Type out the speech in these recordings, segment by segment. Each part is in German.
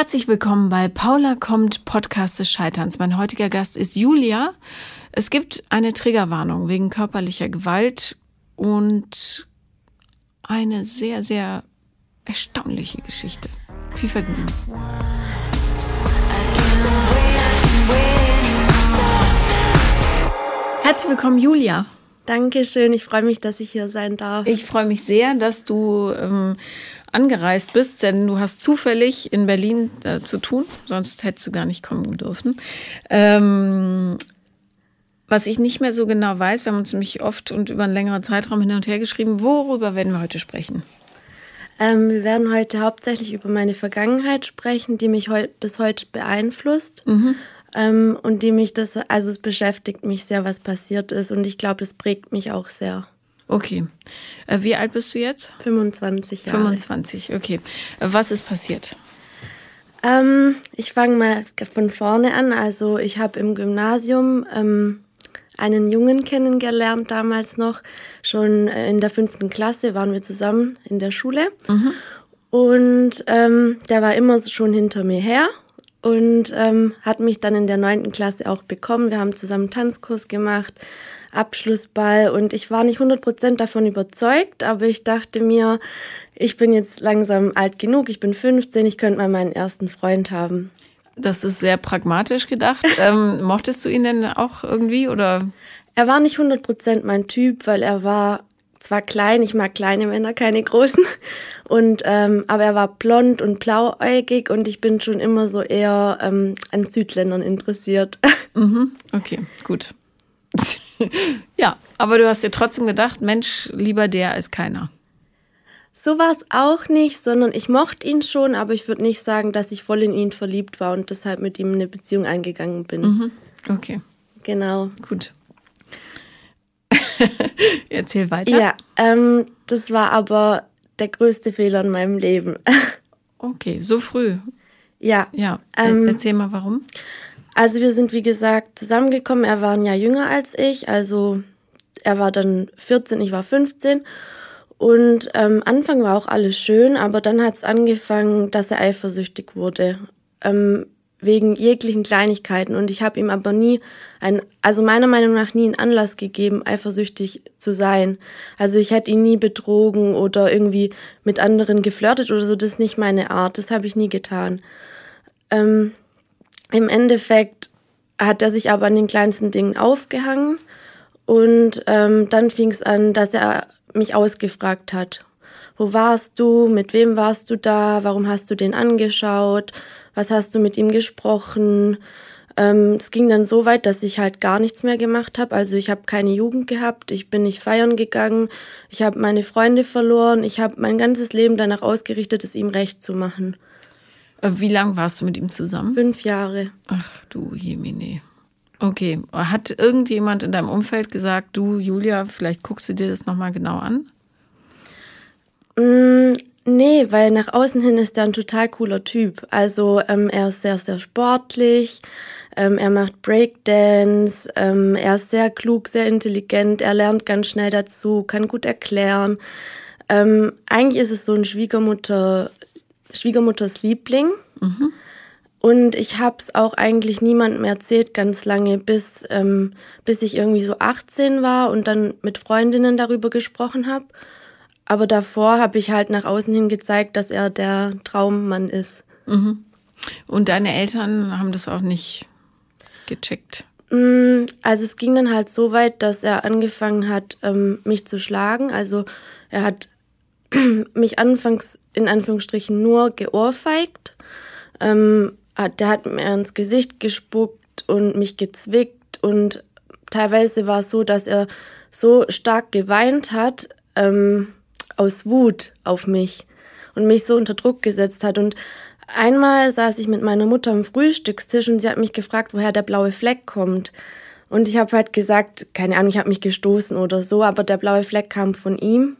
Herzlich willkommen bei Paula kommt, Podcast des Scheiterns. Mein heutiger Gast ist Julia. Es gibt eine Triggerwarnung wegen körperlicher Gewalt und eine sehr, sehr erstaunliche Geschichte. Viel Vergnügen. Herzlich willkommen, Julia. Dankeschön, ich freue mich, dass ich hier sein darf. Ich freue mich sehr, dass du angereist bist, denn du hast zufällig in Berlin zu tun, sonst hättest du gar nicht kommen dürfen. Was ich nicht mehr so genau weiß, wir haben uns nämlich oft und über einen längeren Zeitraum hin und her geschrieben, worüber werden wir heute sprechen? Wir werden heute hauptsächlich über meine Vergangenheit sprechen, die mich bis heute beeinflusst. Und die mich es beschäftigt mich sehr, was passiert ist. Und ich glaube, das prägt mich auch sehr. Okay. Wie alt bist du jetzt? 25 Jahre. 25, okay. Was ist passiert? Ich fange mal von vorne an. Also ich habe im Gymnasium einen Jungen kennengelernt, damals noch. Schon in der 5. Klasse waren wir zusammen in der Schule. Und der war immer schon hinter mir her. Und hat mich dann in der 9. Klasse auch bekommen. Wir haben zusammen einen Tanzkurs gemacht, Abschlussball. Und ich war nicht 100% davon überzeugt, aber ich dachte mir, ich bin jetzt langsam alt genug, ich bin 15, ich könnte mal meinen ersten Freund haben. Das ist sehr pragmatisch gedacht. Mochtest du ihn denn auch irgendwie, oder? Er war nicht 100% mein Typ, weil er war zwar klein, ich mag kleine Männer, keine großen, und aber er war blond und blauäugig und ich bin schon immer so eher an Südländern interessiert. Okay, gut. Ja, aber du hast dir trotzdem gedacht, Mensch, lieber der als keiner. So war es auch nicht, sondern ich mochte ihn schon, aber ich würde nicht sagen, dass ich voll in ihn verliebt war und deshalb mit ihm eine Beziehung eingegangen bin. Okay. Genau. Gut. Erzähl weiter. Ja, das war aber der größte Fehler in meinem Leben. Okay, so früh. Ja. Ja, erzähl mal, warum. Also wir sind, wie gesagt, zusammengekommen. Er war ein Jahr jünger als ich. Also er war dann 14, ich war 15. Und am Anfang war auch alles schön, aber dann hat es angefangen, dass er eifersüchtig wurde. Wegen jeglichen Kleinigkeiten. Und ich habe ihm aber meiner Meinung nach nie einen Anlass gegeben, eifersüchtig zu sein. Also ich hätte ihn nie betrogen oder irgendwie mit anderen geflirtet oder so. Das ist nicht meine Art. Das habe ich nie getan. Im Endeffekt hat er sich aber an den kleinsten Dingen aufgehangen. Und dann fing es an, dass er mich ausgefragt hat. Wo warst du? Mit wem warst du da? Warum hast du den angeschaut? Was hast du mit ihm gesprochen? Es ging dann so weit, dass ich halt gar nichts mehr gemacht habe. Also ich habe keine Jugend gehabt, ich bin nicht feiern gegangen, ich habe meine Freunde verloren, ich habe mein ganzes Leben danach ausgerichtet, es ihm recht zu machen. Wie lange warst du mit ihm zusammen? 5 Jahre. Ach du Jemine. Okay, hat irgendjemand in deinem Umfeld gesagt, du Julia, vielleicht guckst du dir das nochmal genau an? Nee, weil nach außen hin ist er ein total cooler Typ. Also er ist sehr, sehr sportlich, er macht Breakdance, er ist sehr klug, sehr intelligent, er lernt ganz schnell dazu, kann gut erklären. Eigentlich ist es so ein Schwiegermutters Liebling. Und ich habe es auch eigentlich niemandem erzählt, ganz lange, bis ich irgendwie so 18 war und dann mit Freundinnen darüber gesprochen habe. Aber davor habe ich halt nach außen hin gezeigt, dass er der Traummann ist. Und deine Eltern haben das auch nicht gecheckt? Also es ging dann halt so weit, dass er angefangen hat, mich zu schlagen. Also er hat mich anfangs in Anführungsstrichen nur geohrfeigt. Der hat mir ins Gesicht gespuckt und mich gezwickt. Und teilweise war es so, dass er so stark geweint hat, aus Wut auf mich und mich so unter Druck gesetzt hat. Und einmal saß ich mit meiner Mutter am Frühstückstisch und sie hat mich gefragt, woher der blaue Fleck kommt. Und ich habe halt gesagt, keine Ahnung, ich habe mich gestoßen oder so, aber der blaue Fleck kam von ihm.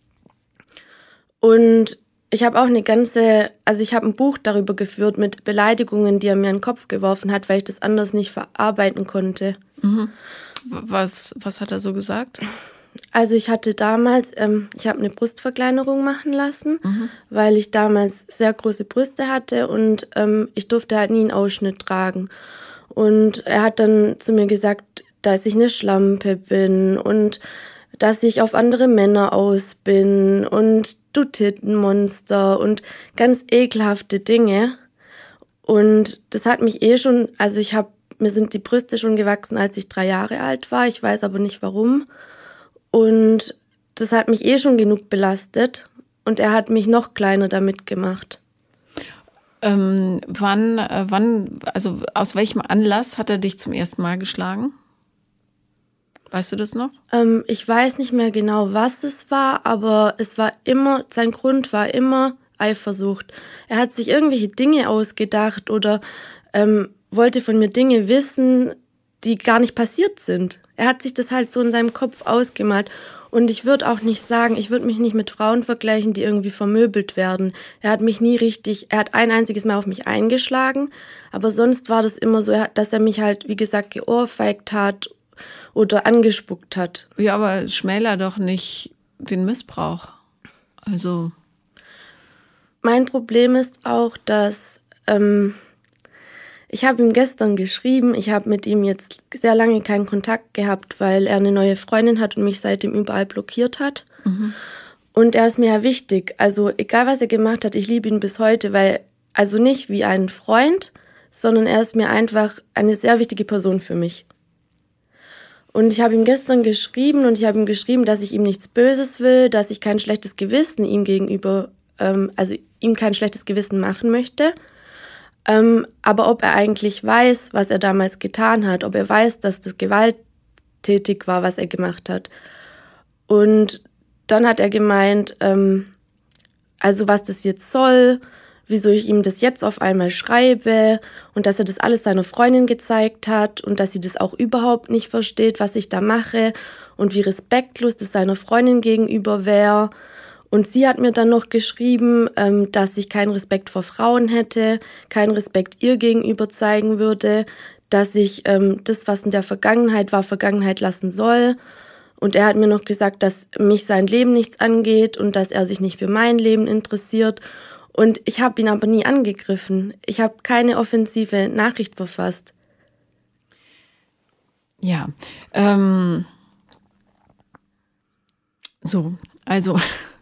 Und ich habe auch ich habe ein Buch darüber geführt mit Beleidigungen, die er mir in den Kopf geworfen hat, weil ich das anders nicht verarbeiten konnte. Was hat er so gesagt? Also ich hatte damals, ich habe eine Brustverkleinerung machen lassen, weil ich damals sehr große Brüste hatte und ich durfte halt nie einen Ausschnitt tragen. Und er hat dann zu mir gesagt, dass ich eine Schlampe bin und dass ich auf andere Männer aus bin und du Tittenmonster und ganz ekelhafte Dinge. Und das hat mich schon, also mir sind die Brüste schon gewachsen, als ich 3 Jahre alt war. Ich weiß aber nicht warum. Und das hat mich schon genug belastet. Und er hat mich noch kleiner damit gemacht. Also aus welchem Anlass hat er dich zum ersten Mal geschlagen? Weißt du das noch? Ich weiß nicht mehr genau, was es war, aber sein Grund war immer Eifersucht. Er hat sich irgendwelche Dinge ausgedacht oder wollte von mir Dinge wissen, die gar nicht passiert sind. Er hat sich das halt so in seinem Kopf ausgemalt. Und ich würde auch nicht sagen, ich würde mich nicht mit Frauen vergleichen, die irgendwie vermöbelt werden. Er hat ein einziges Mal auf mich eingeschlagen, aber sonst war das immer so, dass er mich halt, wie gesagt, geohrfeigt hat oder angespuckt hat. Ja, aber schmäler doch nicht den Missbrauch. Also. Mein Problem ist auch, dass ich habe ihm gestern geschrieben, ich habe mit ihm jetzt sehr lange keinen Kontakt gehabt, weil er eine neue Freundin hat und mich seitdem überall blockiert hat. Und er ist mir ja wichtig. Also egal, was er gemacht hat, ich liebe ihn bis heute, also nicht wie einen Freund, sondern er ist mir einfach eine sehr wichtige Person für mich. Und ich habe ihm gestern geschrieben dass ich ihm nichts Böses will, dass ich kein schlechtes Gewissen ihm gegenüber, also ihm kein schlechtes Gewissen machen möchte. Aber ob er eigentlich weiß, was er damals getan hat, ob er weiß, dass das gewalttätig war, was er gemacht hat. Und dann hat er gemeint, also was das jetzt soll, wieso ich ihm das jetzt auf einmal schreibe und dass er das alles seiner Freundin gezeigt hat und dass sie das auch überhaupt nicht versteht, was ich da mache und wie respektlos das seiner Freundin gegenüber wäre. Und sie hat mir dann noch geschrieben, dass ich keinen Respekt vor Frauen hätte, keinen Respekt ihr gegenüber zeigen würde, dass ich das, was in der Vergangenheit war, Vergangenheit lassen soll. Und er hat mir noch gesagt, dass mich sein Leben nichts angeht und dass er sich nicht für mein Leben interessiert. Und ich habe ihn aber nie angegriffen. Ich habe keine offensive Nachricht verfasst. Ja, also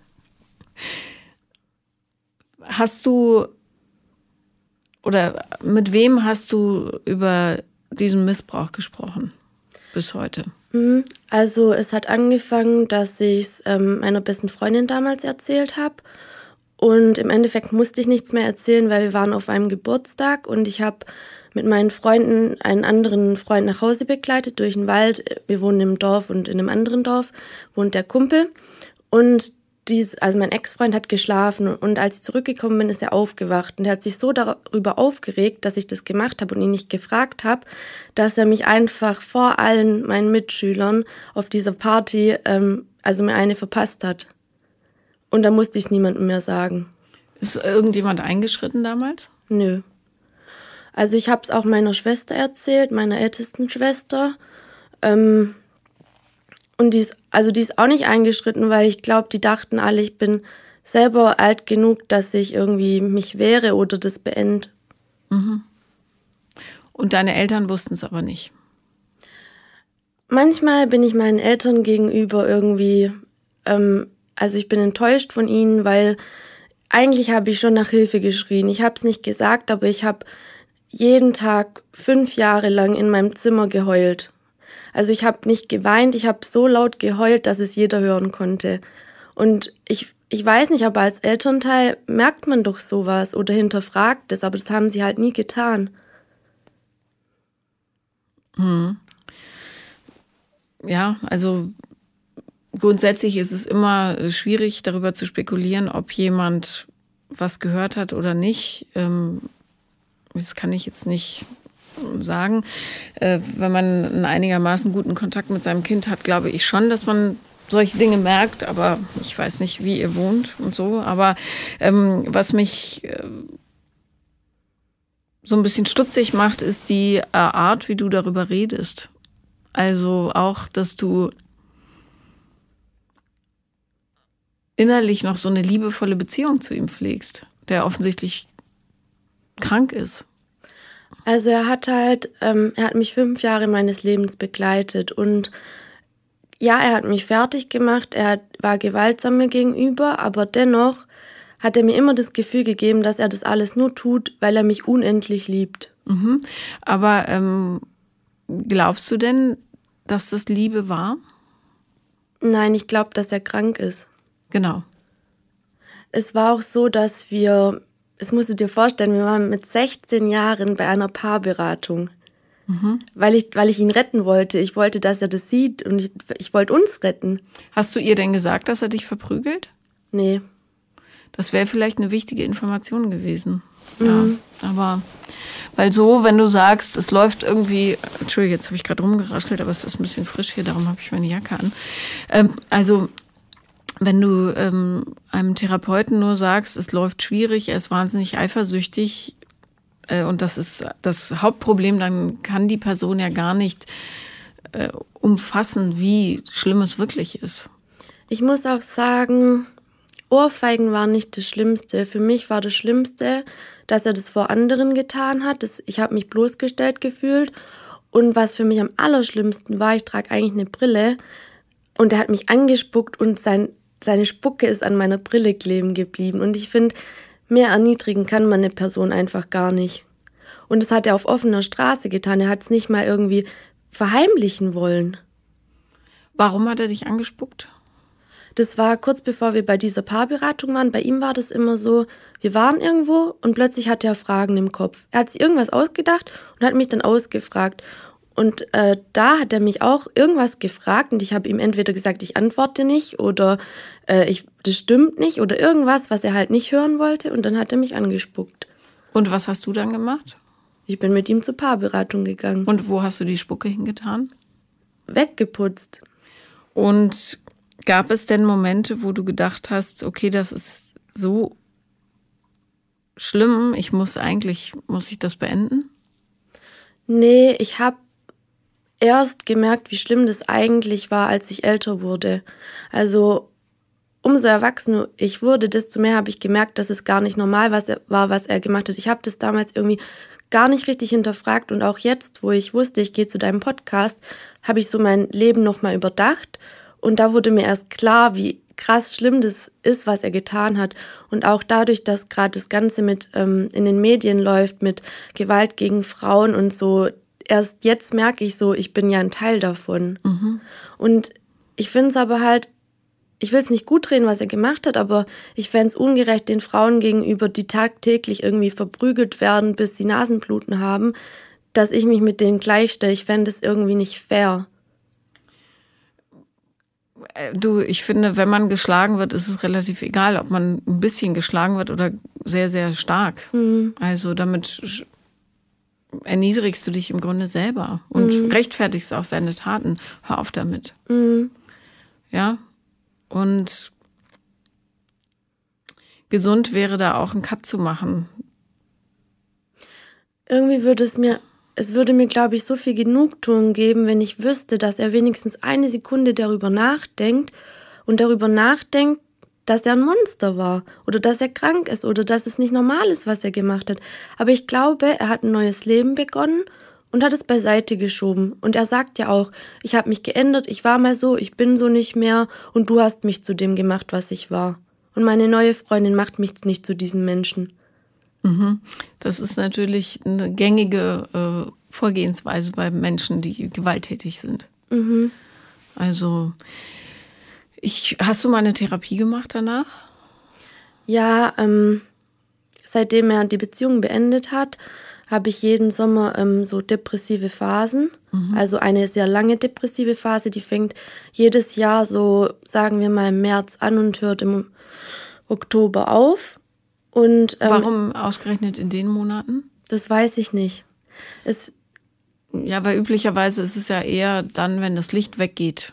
hast du oder mit wem hast du über diesen Missbrauch gesprochen bis heute? Also es hat angefangen, dass ich es meiner besten Freundin damals erzählt habe. Und im Endeffekt musste ich nichts mehr erzählen, weil wir waren auf einem Geburtstag und ich habe mit meinen Freunden einen anderen Freund nach Hause begleitet durch den Wald. Wir wohnen im Dorf und in einem anderen Dorf wohnt der Kumpel. Und mein Ex-Freund hat geschlafen und als ich zurückgekommen bin, ist er aufgewacht. Und er hat sich so darüber aufgeregt, dass ich das gemacht habe und ihn nicht gefragt habe, dass er mich einfach vor allen meinen Mitschülern auf dieser Party, mir eine verpasst hat. Und da musste ich es niemandem mehr sagen. Ist irgendjemand eingeschritten damals? Nö. Also ich habe es auch meiner Schwester erzählt, meiner ältesten Schwester. Und die ist auch nicht eingeschritten, weil ich glaube, die dachten alle, ich bin selber alt genug, dass ich irgendwie mich wehre oder das beende. Und deine Eltern wussten es aber nicht? Manchmal bin ich meinen Eltern gegenüber irgendwie, ich bin enttäuscht von ihnen, weil eigentlich habe ich schon nach Hilfe geschrien. Ich habe es nicht gesagt, aber ich habe jeden Tag 5 Jahre lang in meinem Zimmer geheult. Also ich habe nicht geweint, ich habe so laut geheult, dass es jeder hören konnte. Und ich weiß nicht, aber als Elternteil merkt man doch sowas oder hinterfragt es, aber das haben sie halt nie getan. Ja, also grundsätzlich ist es immer schwierig, darüber zu spekulieren, ob jemand was gehört hat oder nicht. Das kann ich jetzt nicht sagen. Wenn man einen einigermaßen guten Kontakt mit seinem Kind hat, glaube ich schon, dass man solche Dinge merkt, aber ich weiß nicht, wie ihr wohnt und so. Aber was mich so ein bisschen stutzig macht, ist die Art, wie du darüber redest. Also auch, dass du innerlich noch so eine liebevolle Beziehung zu ihm pflegst, der offensichtlich krank ist. Also er hat mich 5 Jahre meines Lebens begleitet und ja, er hat mich fertig gemacht, war gewaltsam mir gegenüber, aber dennoch hat er mir immer das Gefühl gegeben, dass er das alles nur tut, weil er mich unendlich liebt. Mhm. Aber glaubst du denn, dass das Liebe war? Nein, ich glaube, dass er krank ist. Genau. Es war auch so, dass es musst du dir vorstellen, wir waren mit 16 Jahren bei einer Paarberatung, weil ich ihn retten wollte. Ich wollte, dass er das sieht und ich wollte uns retten. Hast du ihr denn gesagt, dass er dich verprügelt? Nee. Das wäre vielleicht eine wichtige Information gewesen. Ja, aber weil so, wenn du sagst, es läuft irgendwie, Entschuldigung, jetzt habe ich gerade rumgeraschelt, aber es ist ein bisschen frisch hier, darum habe ich meine Jacke an. Also wenn du einem Therapeuten nur sagst, es läuft schwierig, er ist wahnsinnig eifersüchtig und das ist das Hauptproblem, dann kann die Person ja gar nicht umfassen, wie schlimm es wirklich ist. Ich muss auch sagen, Ohrfeigen waren nicht das Schlimmste. Für mich war das Schlimmste, dass er das vor anderen getan hat. Ich habe mich bloßgestellt gefühlt. Und was für mich am allerschlimmsten war, ich trage eigentlich eine Brille und er hat mich angespuckt und seine Spucke ist an meiner Brille kleben geblieben. Und ich finde, mehr erniedrigen kann man eine Person einfach gar nicht. Und das hat er auf offener Straße getan. Er hat es nicht mal irgendwie verheimlichen wollen. Warum hat er dich angespuckt? Das war kurz bevor wir bei dieser Paarberatung waren. Bei ihm war das immer so, wir waren irgendwo und plötzlich hatte er Fragen im Kopf. Er hat sich irgendwas ausgedacht und hat mich dann ausgefragt. Und da hat er mich auch irgendwas gefragt und ich habe ihm entweder gesagt, ich antworte nicht oder das stimmt nicht oder irgendwas, was er halt nicht hören wollte und dann hat er mich angespuckt. Und was hast du dann gemacht? Ich bin mit ihm zur Paarberatung gegangen. Und wo hast du die Spucke hingetan? Weggeputzt. Und gab es denn Momente, wo du gedacht hast, okay, das ist so schlimm, muss ich das beenden? Nee, ich habe erst gemerkt, wie schlimm das eigentlich war, als ich älter wurde. Also umso erwachsener ich wurde, desto mehr habe ich gemerkt, dass es gar nicht normal war, was er gemacht hat. Ich habe das damals irgendwie gar nicht richtig hinterfragt und auch jetzt, wo ich wusste, ich gehe zu deinem Podcast, habe ich so mein Leben nochmal überdacht und da wurde mir erst klar, wie krass schlimm das ist, was er getan hat und auch dadurch, dass gerade das Ganze mit in den Medien läuft, mit Gewalt gegen Frauen und so, erst jetzt merke ich so, ich bin ja ein Teil davon. Und ich finde es aber halt, ich will es nicht gut reden, was er gemacht hat, aber ich fände es ungerecht den Frauen gegenüber, die tagtäglich irgendwie verprügelt werden, bis sie Nasenbluten haben, dass ich mich mit denen gleichstelle. Ich fände es irgendwie nicht fair. Ich finde, wenn man geschlagen wird, ist es relativ egal, ob man ein bisschen geschlagen wird oder sehr, sehr stark. Also damit erniedrigst du dich im Grunde selber und rechtfertigst auch seine Taten. Hör auf damit. Ja? Und gesund wäre da auch einen Cut zu machen. Irgendwie würde es würde mir, glaube ich, so viel Genugtuung geben, wenn ich wüsste, dass er wenigstens eine Sekunde darüber nachdenkt, dass er ein Monster war oder dass er krank ist oder dass es nicht normal ist, was er gemacht hat. Aber ich glaube, er hat ein neues Leben begonnen und hat es beiseite geschoben. Und er sagt ja auch, ich habe mich geändert, ich war mal so, ich bin so nicht mehr und du hast mich zu dem gemacht, was ich war. Und meine neue Freundin macht mich nicht zu diesem Menschen. Das ist natürlich eine gängige Vorgehensweise bei Menschen, die gewalttätig sind. Also, hast du mal eine Therapie gemacht danach? Ja, seitdem er die Beziehung beendet hat, habe ich jeden Sommer so depressive Phasen. Also eine sehr lange depressive Phase, die fängt jedes Jahr so, sagen wir mal, im März an und hört im Oktober auf. Und, warum ausgerechnet in den Monaten? Das weiß ich nicht. Ja, weil üblicherweise ist es ja eher dann, wenn das Licht weggeht.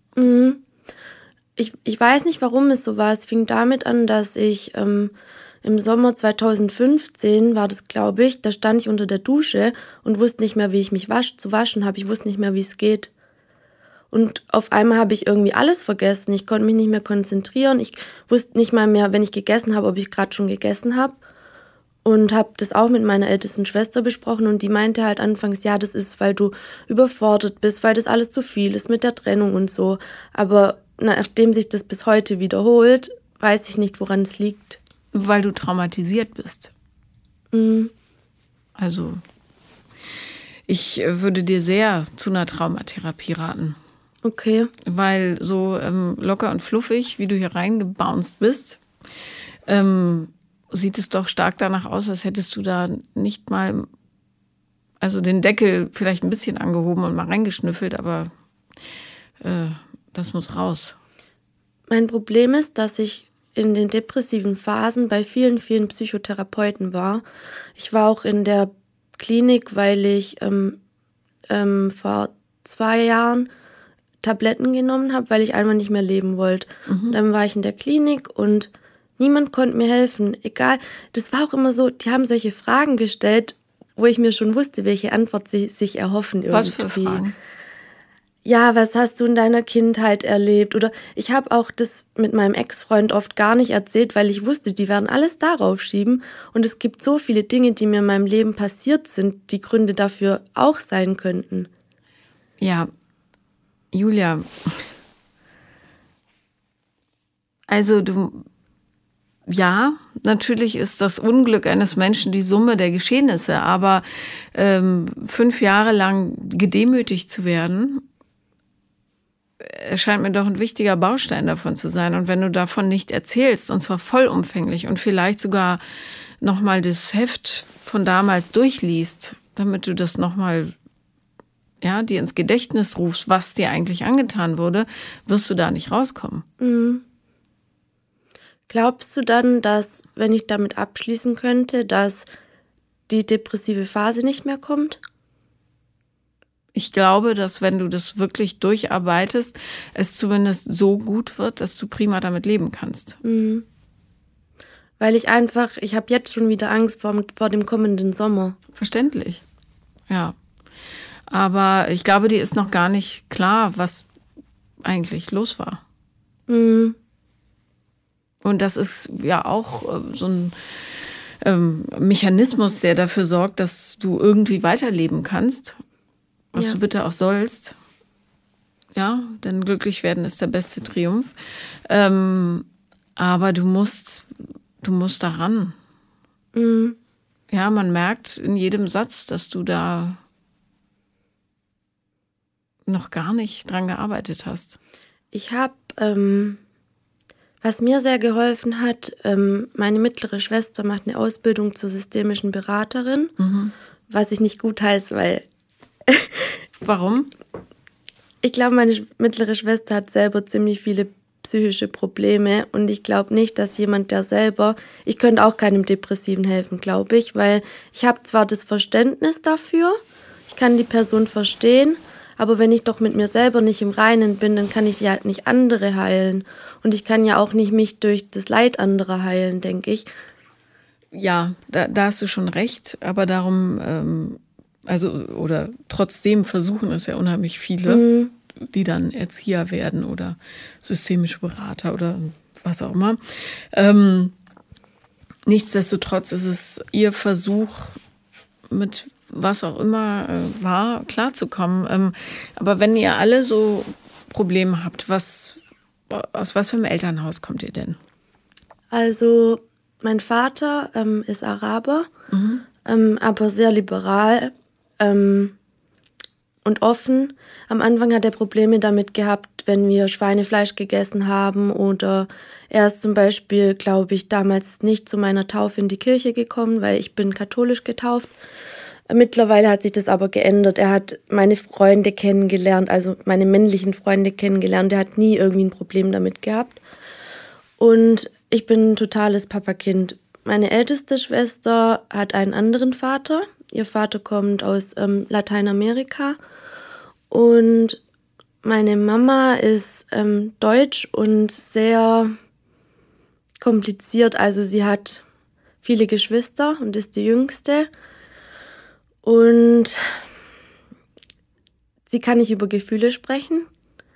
Ich weiß nicht, warum es so war. Es fing damit an, dass ich im Sommer 2015 war das, glaube ich, da stand ich unter der Dusche und wusste nicht mehr, wie ich mich zu waschen habe. Ich wusste nicht mehr, wie es geht. Und auf einmal habe ich irgendwie alles vergessen. Ich konnte mich nicht mehr konzentrieren. Ich wusste nicht mal mehr, wenn ich gegessen habe, ob ich gerade schon gegessen habe. Und habe das auch mit meiner ältesten Schwester besprochen. Und die meinte halt anfangs, ja, das ist, weil du überfordert bist, weil das alles zu viel ist mit der Trennung und so. Aber nachdem sich das bis heute wiederholt, weiß ich nicht, woran es liegt. Weil du traumatisiert bist. Mhm. Also, ich würde dir sehr zu einer Traumatherapie raten. Okay. Weil so locker und fluffig, wie du hier reingebounced bist, sieht es doch stark danach aus, als hättest du da nicht mal, also den Deckel vielleicht ein bisschen angehoben und mal reingeschnüffelt, aber das muss raus. Mein Problem ist, dass ich in den depressiven Phasen bei vielen, vielen Psychotherapeuten war. Ich war auch in der Klinik, weil ich vor 2 Jahren Tabletten genommen habe, weil ich einmal nicht mehr leben wollte. Mhm. Dann war ich in der Klinik und niemand konnte mir helfen. Egal, das war auch immer so, die haben solche Fragen gestellt, wo ich mir schon wusste, welche Antwort sie sich erhoffen irgendwie. Was für Fragen? Ja, was hast du in deiner Kindheit erlebt? Oder ich habe auch das mit meinem Ex-Freund oft gar nicht erzählt, weil ich wusste, die werden alles darauf schieben. Und es gibt so viele Dinge, die mir in meinem Leben passiert sind, die Gründe dafür auch sein könnten. Ja, Julia, also ja, natürlich ist das Unglück eines Menschen die Summe der Geschehnisse, aber 5 Jahre lang gedemütigt zu werden, erscheint mir doch ein wichtiger Baustein davon zu sein. Und wenn du davon nicht erzählst, und zwar vollumfänglich und vielleicht sogar nochmal das Heft von damals durchliest, damit du das nochmal dir ins Gedächtnis rufst, was dir eigentlich angetan wurde, wirst du da nicht rauskommen. Mhm. Glaubst du dann, dass, wenn ich damit abschließen könnte, dass die depressive Phase nicht mehr kommt? Ich glaube, dass wenn du das wirklich durcharbeitest, es zumindest so gut wird, dass du prima damit leben kannst. Mhm. Weil ich habe jetzt schon wieder Angst vor dem kommenden Sommer. Verständlich, ja. Aber ich glaube, dir ist noch gar nicht klar, was eigentlich los war. Mhm. Und das ist ja auch so ein Mechanismus, der dafür sorgt, dass du irgendwie weiterleben kannst, was du bitte auch sollst. Ja, denn glücklich werden ist der beste Triumph. Aber du musst daran. Mhm. Ja, man merkt in jedem Satz, dass du da noch gar nicht dran gearbeitet hast. Ich habe, was mir sehr geholfen hat, meine mittlere Schwester macht eine Ausbildung zur systemischen Beraterin, was ich nicht gut heiße, weil... Warum? Ich glaube, meine mittlere Schwester hat selber ziemlich viele psychische Probleme und ich glaube nicht, dass jemand, ich könnte auch keinem Depressiven helfen, glaube ich, weil ich habe zwar das Verständnis dafür, ich kann die Person verstehen, aber wenn ich doch mit mir selber nicht im Reinen bin, dann kann ich ja halt nicht andere heilen. Und ich kann ja auch nicht mich durch das Leid anderer heilen, denke ich. Ja, da hast du schon recht. Aber darum, oder trotzdem versuchen es ja unheimlich viele, die dann Erzieher werden oder systemische Berater oder was auch immer. Nichtsdestotrotz ist es ihr Versuch, mit was auch immer war, klarzukommen. Aber wenn ihr alle so Probleme habt, aus was für einem Elternhaus kommt ihr denn? Also mein Vater ist Araber, aber sehr liberal und offen. Am Anfang hat er Probleme damit gehabt, wenn wir Schweinefleisch gegessen haben oder er ist zum Beispiel, glaube ich, damals nicht zu meiner Taufe in die Kirche gekommen, weil ich bin katholisch getauft. Mittlerweile hat sich das aber geändert. Er hat meine Freunde kennengelernt, also meine männlichen Freunde kennengelernt. Er hat nie irgendwie ein Problem damit gehabt. Und ich bin ein totales Papakind. Meine älteste Schwester hat einen anderen Vater. Ihr Vater kommt aus Lateinamerika. Und meine Mama ist deutsch und sehr kompliziert. Also sie hat viele Geschwister und ist die Jüngste. Und sie kann nicht über Gefühle sprechen.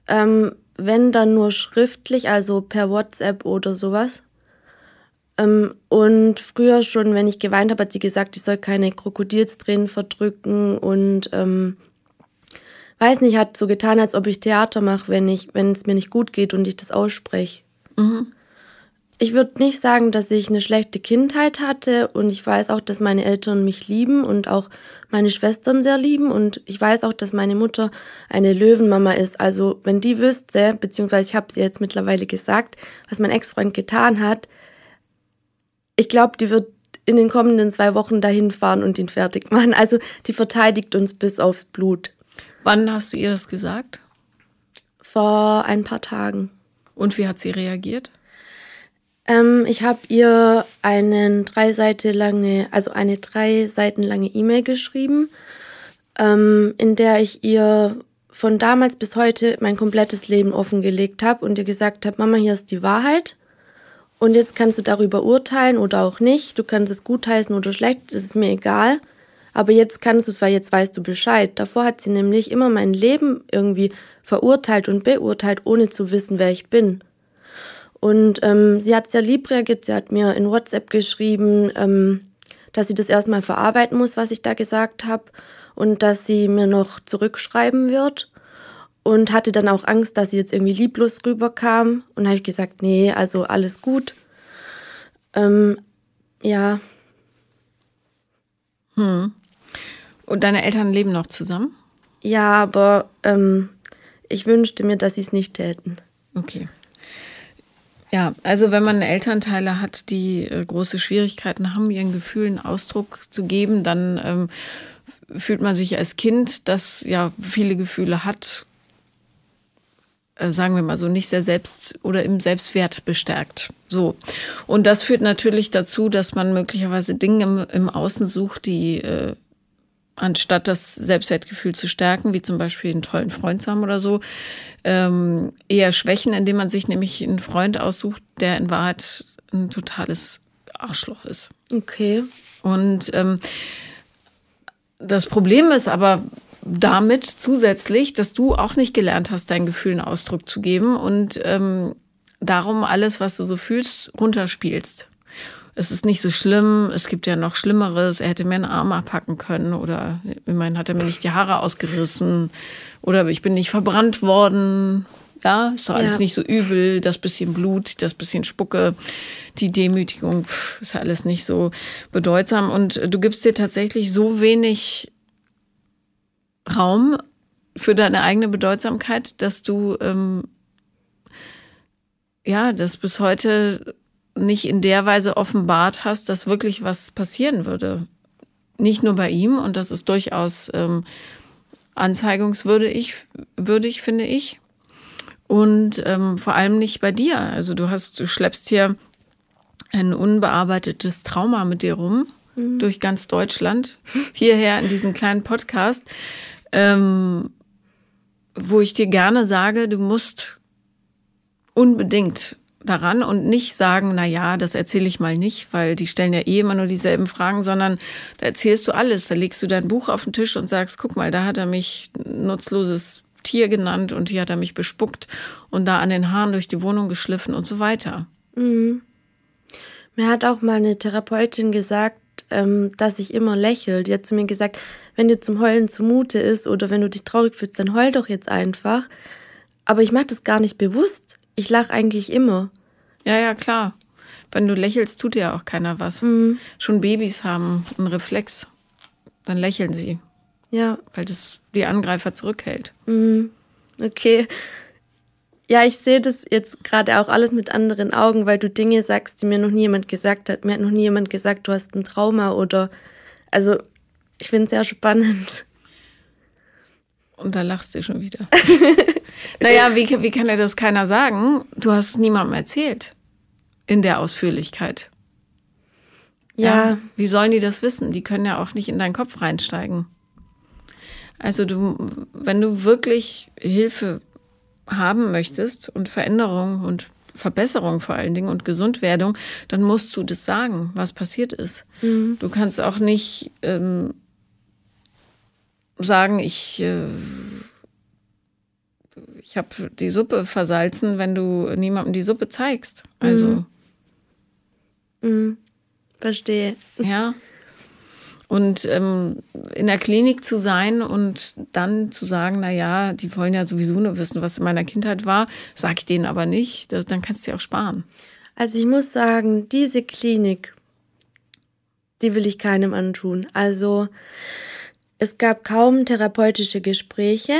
Wenn dann nur schriftlich, also per WhatsApp oder sowas. Und früher schon, wenn ich geweint habe, hat sie gesagt, ich soll keine Krokodilstränen verdrücken und weiß nicht, hat so getan, als ob ich Theater mache, wenn es mir nicht gut geht und ich das ausspreche. Mhm. Ich würde nicht sagen, dass ich eine schlechte Kindheit hatte und ich weiß auch, dass meine Eltern mich lieben und auch meine Schwestern sehr lieben und ich weiß auch, dass meine Mutter eine Löwenmama ist. Also wenn die wüsste, beziehungsweise ich habe sie jetzt mittlerweile gesagt, was mein Ex-Freund getan hat, ich glaube, die wird in den kommenden 2 Wochen dahin fahren und ihn fertig machen. Also die verteidigt uns bis aufs Blut. Wann hast du ihr das gesagt? Vor ein paar Tagen. Und wie hat sie reagiert? Ich habe ihr eine 3 Seiten lange E-Mail geschrieben, in der ich ihr von damals bis heute mein komplettes Leben offengelegt habe und ihr gesagt habe, Mama, hier ist die Wahrheit. Und jetzt kannst du darüber urteilen oder auch nicht. Du kannst es gutheißen oder schlecht, das ist mir egal. Aber jetzt kannst du es, weil jetzt weißt du Bescheid. Davor hat sie nämlich immer mein Leben irgendwie verurteilt und beurteilt, ohne zu wissen, wer ich bin. Und sie hat sehr lieb reagiert. Sie hat mir in WhatsApp geschrieben, dass sie das erstmal verarbeiten muss, was ich da gesagt habe. Und dass sie mir noch zurückschreiben wird. Und hatte dann auch Angst, dass sie jetzt irgendwie lieblos rüberkam. Und habe ich gesagt, nee, also alles gut. Ja. Und deine Eltern leben noch zusammen? Ja, aber ich wünschte mir, dass sie es nicht täten. Okay. Ja, also wenn man Elternteile hat, die große Schwierigkeiten haben, ihren Gefühlen Ausdruck zu geben, dann fühlt man sich als Kind, das ja viele Gefühle hat, sagen wir mal so, nicht sehr selbst oder im Selbstwert bestärkt. So. Und das führt natürlich dazu, dass man möglicherweise Dinge im Außen sucht, die anstatt das Selbstwertgefühl zu stärken, wie zum Beispiel einen tollen Freund zu haben oder so, eher schwächen, indem man sich nämlich einen Freund aussucht, der in Wahrheit ein totales Arschloch ist. Okay. Und das Problem ist aber damit zusätzlich, dass du auch nicht gelernt hast, deinen Gefühlen Ausdruck zu geben und darum alles, was du so fühlst, runterspielst. Es ist nicht so schlimm, es gibt ja noch Schlimmeres, er hätte mir einen Arm abhacken können oder immerhin hat er mir nicht die Haare ausgerissen oder ich bin nicht verbrannt worden. Ja, ist doch alles nicht so übel, das bisschen Blut, das bisschen Spucke, die Demütigung, ist ja alles nicht so bedeutsam und du gibst dir tatsächlich so wenig Raum für deine eigene Bedeutsamkeit, dass du das bis heute nicht in der Weise offenbart hast, dass wirklich was passieren würde. Nicht nur bei ihm, und das ist durchaus anzeigungswürdig, finde ich. Und vor allem nicht bei dir. Also du schleppst hier ein unbearbeitetes Trauma mit dir rum, durch ganz Deutschland, hierher in diesen kleinen Podcast, wo ich dir gerne sage, du musst unbedingt daran und nicht sagen, na ja, das erzähle ich mal nicht, weil die stellen ja immer nur dieselben Fragen, sondern da erzählst du alles. Da legst du dein Buch auf den Tisch und sagst, guck mal, da hat er mich nutzloses Tier genannt und hier hat er mich bespuckt und da an den Haaren durch die Wohnung geschliffen und so weiter. Mhm. Mir hat auch mal eine Therapeutin gesagt, dass ich immer lächel. Die hat zu mir gesagt, wenn dir zum Heulen zumute ist oder wenn du dich traurig fühlst, dann heul doch jetzt einfach. Aber ich mache das gar nicht bewusst. Ich lache eigentlich immer. Ja, klar. Wenn du lächelst, tut ja auch keiner was. Schon Babys haben einen Reflex. Dann lächeln sie. Ja. Weil das die Angreifer zurückhält. Okay. Ja, ich sehe das jetzt gerade auch alles mit anderen Augen, weil du Dinge sagst, die mir noch nie jemand gesagt hat. Mir hat noch nie jemand gesagt, du hast ein Trauma oder... Also, ich finde es sehr spannend. Und da lachst du schon wieder. Naja, wie kann dir das keiner sagen? Du hast es niemandem erzählt. In der Ausführlichkeit. Ja. Wie sollen die das wissen? Die können ja auch nicht in deinen Kopf reinsteigen. Also wenn du wirklich Hilfe haben möchtest und Veränderung und Verbesserung vor allen Dingen und Gesundwerdung, dann musst du das sagen, was passiert ist. Du kannst auch nicht sagen, ich habe die Suppe versalzen, wenn du niemandem die Suppe zeigst. Also. Verstehe. Ja. Und in der Klinik zu sein und dann zu sagen, naja, die wollen ja sowieso nur wissen, was in meiner Kindheit war, sage ich denen aber nicht, dann kannst du ja auch sparen. Also ich muss sagen, diese Klinik, die will ich keinem antun. Also es gab kaum therapeutische Gespräche.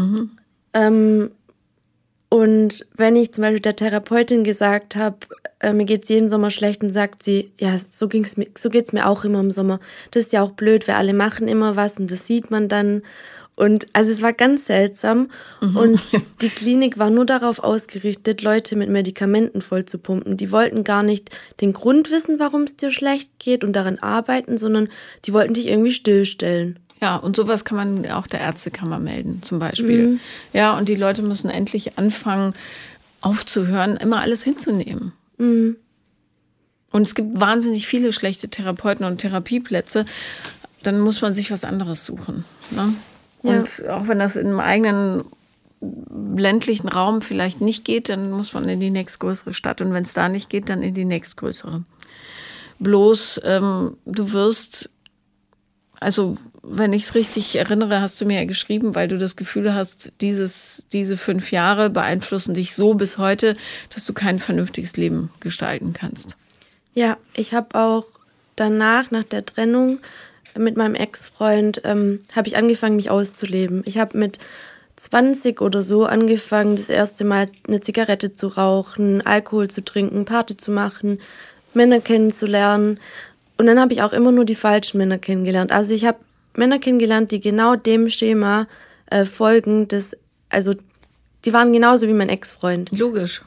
Und wenn ich zum Beispiel der Therapeutin gesagt habe, mir geht's jeden Sommer schlecht, dann sagt sie, ja, so geht's mir auch immer im Sommer. Das ist ja auch blöd, weil alle machen immer was und das sieht man dann. Und also es war ganz seltsam. Und die Klinik war nur darauf ausgerichtet, Leute mit Medikamenten vollzupumpen. Die wollten gar nicht den Grund wissen, warum es dir schlecht geht und daran arbeiten, sondern die wollten dich irgendwie stillstellen. Ja, und sowas kann man auch der Ärztekammer melden, zum Beispiel. Ja, und die Leute müssen endlich anfangen, aufzuhören, immer alles hinzunehmen. Und es gibt wahnsinnig viele schlechte Therapeuten und Therapieplätze. Dann muss man sich was anderes suchen. Ne? Und auch wenn das im eigenen ländlichen Raum vielleicht nicht geht, dann muss man in die nächstgrößere Stadt. Und wenn es da nicht geht, dann in die nächstgrößere. Bloß, du wirst... Also, wenn ich es richtig erinnere, hast du mir ja geschrieben, weil du das Gefühl hast, diese 5 Jahre beeinflussen dich so bis heute, dass du kein vernünftiges Leben gestalten kannst. Ja, ich habe auch danach, nach der Trennung mit meinem Ex-Freund, habe ich angefangen, mich auszuleben. Ich habe mit 20 oder so angefangen, das erste Mal eine Zigarette zu rauchen, Alkohol zu trinken, Party zu machen, Männer kennenzulernen. Und dann habe ich auch immer nur die falschen Männer kennengelernt. Also ich habe Männer kennengelernt, die genau dem Schema folgen. Also die waren genauso wie mein Ex-Freund. Logisch.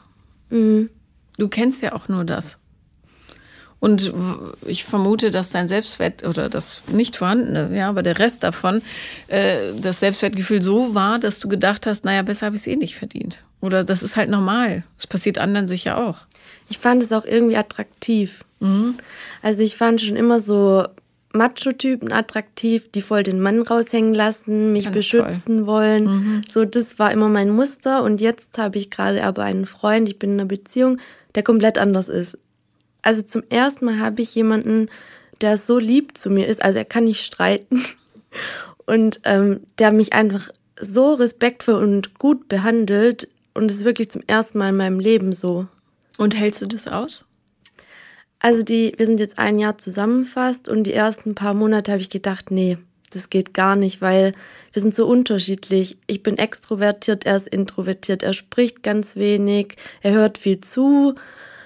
Du kennst ja auch nur das. Und ich vermute, dass dein Selbstwert oder das nicht vorhandene, ja, aber der Rest davon, das Selbstwertgefühl so war, dass du gedacht hast, naja, besser habe ich es eh nicht verdient. Oder das ist halt normal. Das passiert anderen sicher auch. Ich fand es auch irgendwie attraktiv. Also ich fand schon immer so Macho-Typen attraktiv, die voll den Mann raushängen lassen, mich Ganz beschützen wollen. So, das war immer mein Muster. Und jetzt habe ich gerade aber einen Freund, ich bin in einer Beziehung, der komplett anders ist. Also zum ersten Mal habe ich jemanden, der so lieb zu mir ist. Also er kann nicht streiten. Und der mich einfach so respektvoll und gut behandelt. Und das ist wirklich zum ersten Mal in meinem Leben so. Und hältst du das aus? Also wir sind jetzt 1 Jahr zusammen fast und die ersten paar Monate habe ich gedacht, nee, das geht gar nicht, weil wir sind so unterschiedlich. Ich bin extrovertiert, er ist introvertiert, er spricht ganz wenig, er hört viel zu,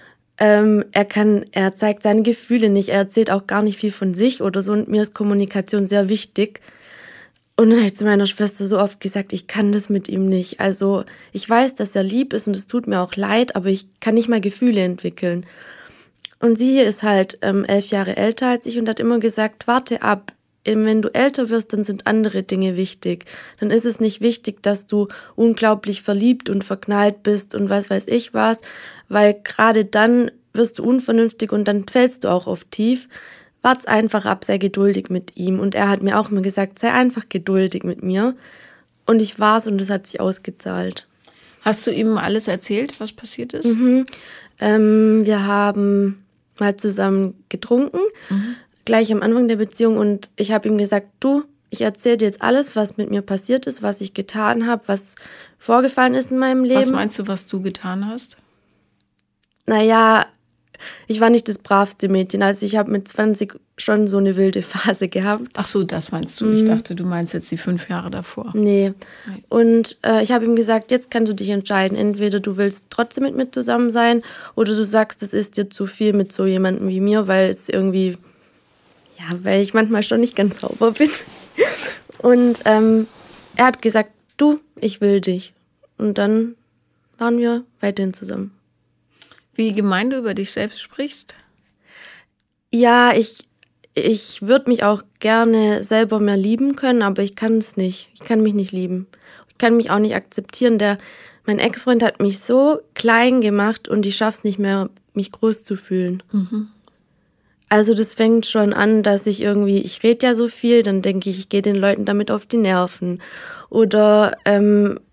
er zeigt seine Gefühle nicht, er erzählt auch gar nicht viel von sich oder so und mir ist Kommunikation sehr wichtig. Und dann habe ich zu meiner Schwester so oft gesagt, ich kann das mit ihm nicht. Also ich weiß, dass er lieb ist und es tut mir auch leid, aber ich kann nicht mal Gefühle entwickeln. Und sie ist halt 11 Jahre älter als ich und hat immer gesagt, warte ab, wenn du älter wirst, dann sind andere Dinge wichtig. Dann ist es nicht wichtig, dass du unglaublich verliebt und verknallt bist und was weiß ich was, weil gerade dann wirst du unvernünftig und dann fällst du auch oft tief. Wart's einfach ab, sei geduldig mit ihm. Und er hat mir auch immer gesagt, sei einfach geduldig mit mir. Und ich war's und das hat sich ausgezahlt. Hast du ihm alles erzählt, was passiert ist? Wir haben mal zusammen getrunken, gleich am Anfang der Beziehung. Und ich habe ihm gesagt, du, ich erzähle dir jetzt alles, was mit mir passiert ist, was ich getan habe, was vorgefallen ist in meinem Leben. Was meinst du, was du getan hast? Naja, ich war nicht das bravste Mädchen. Also ich habe mit 20 schon so eine wilde Phase gehabt. Ach so, das meinst du. Ich dachte, du meinst jetzt die 5 Jahre davor. Nee. Und ich habe ihm gesagt, jetzt kannst du dich entscheiden. Entweder du willst trotzdem mit mir zusammen sein oder du sagst, es ist dir zu viel mit so jemandem wie mir, weil es irgendwie, ja, weil ich manchmal schon nicht ganz sauber bin. Und er hat gesagt, du, ich will dich. Und dann waren wir weiterhin zusammen. Wie gemein du über dich selbst sprichst? Ja, ich würde mich auch gerne selber mehr lieben können, aber ich kann es nicht. Ich kann mich nicht lieben. Ich kann mich auch nicht akzeptieren. Mein Ex-Freund hat mich so klein gemacht und ich schaff's nicht mehr, mich groß zu fühlen. Also das fängt schon an, dass ich rede ja so viel, dann denke ich gehe den Leuten damit auf die Nerven. Oder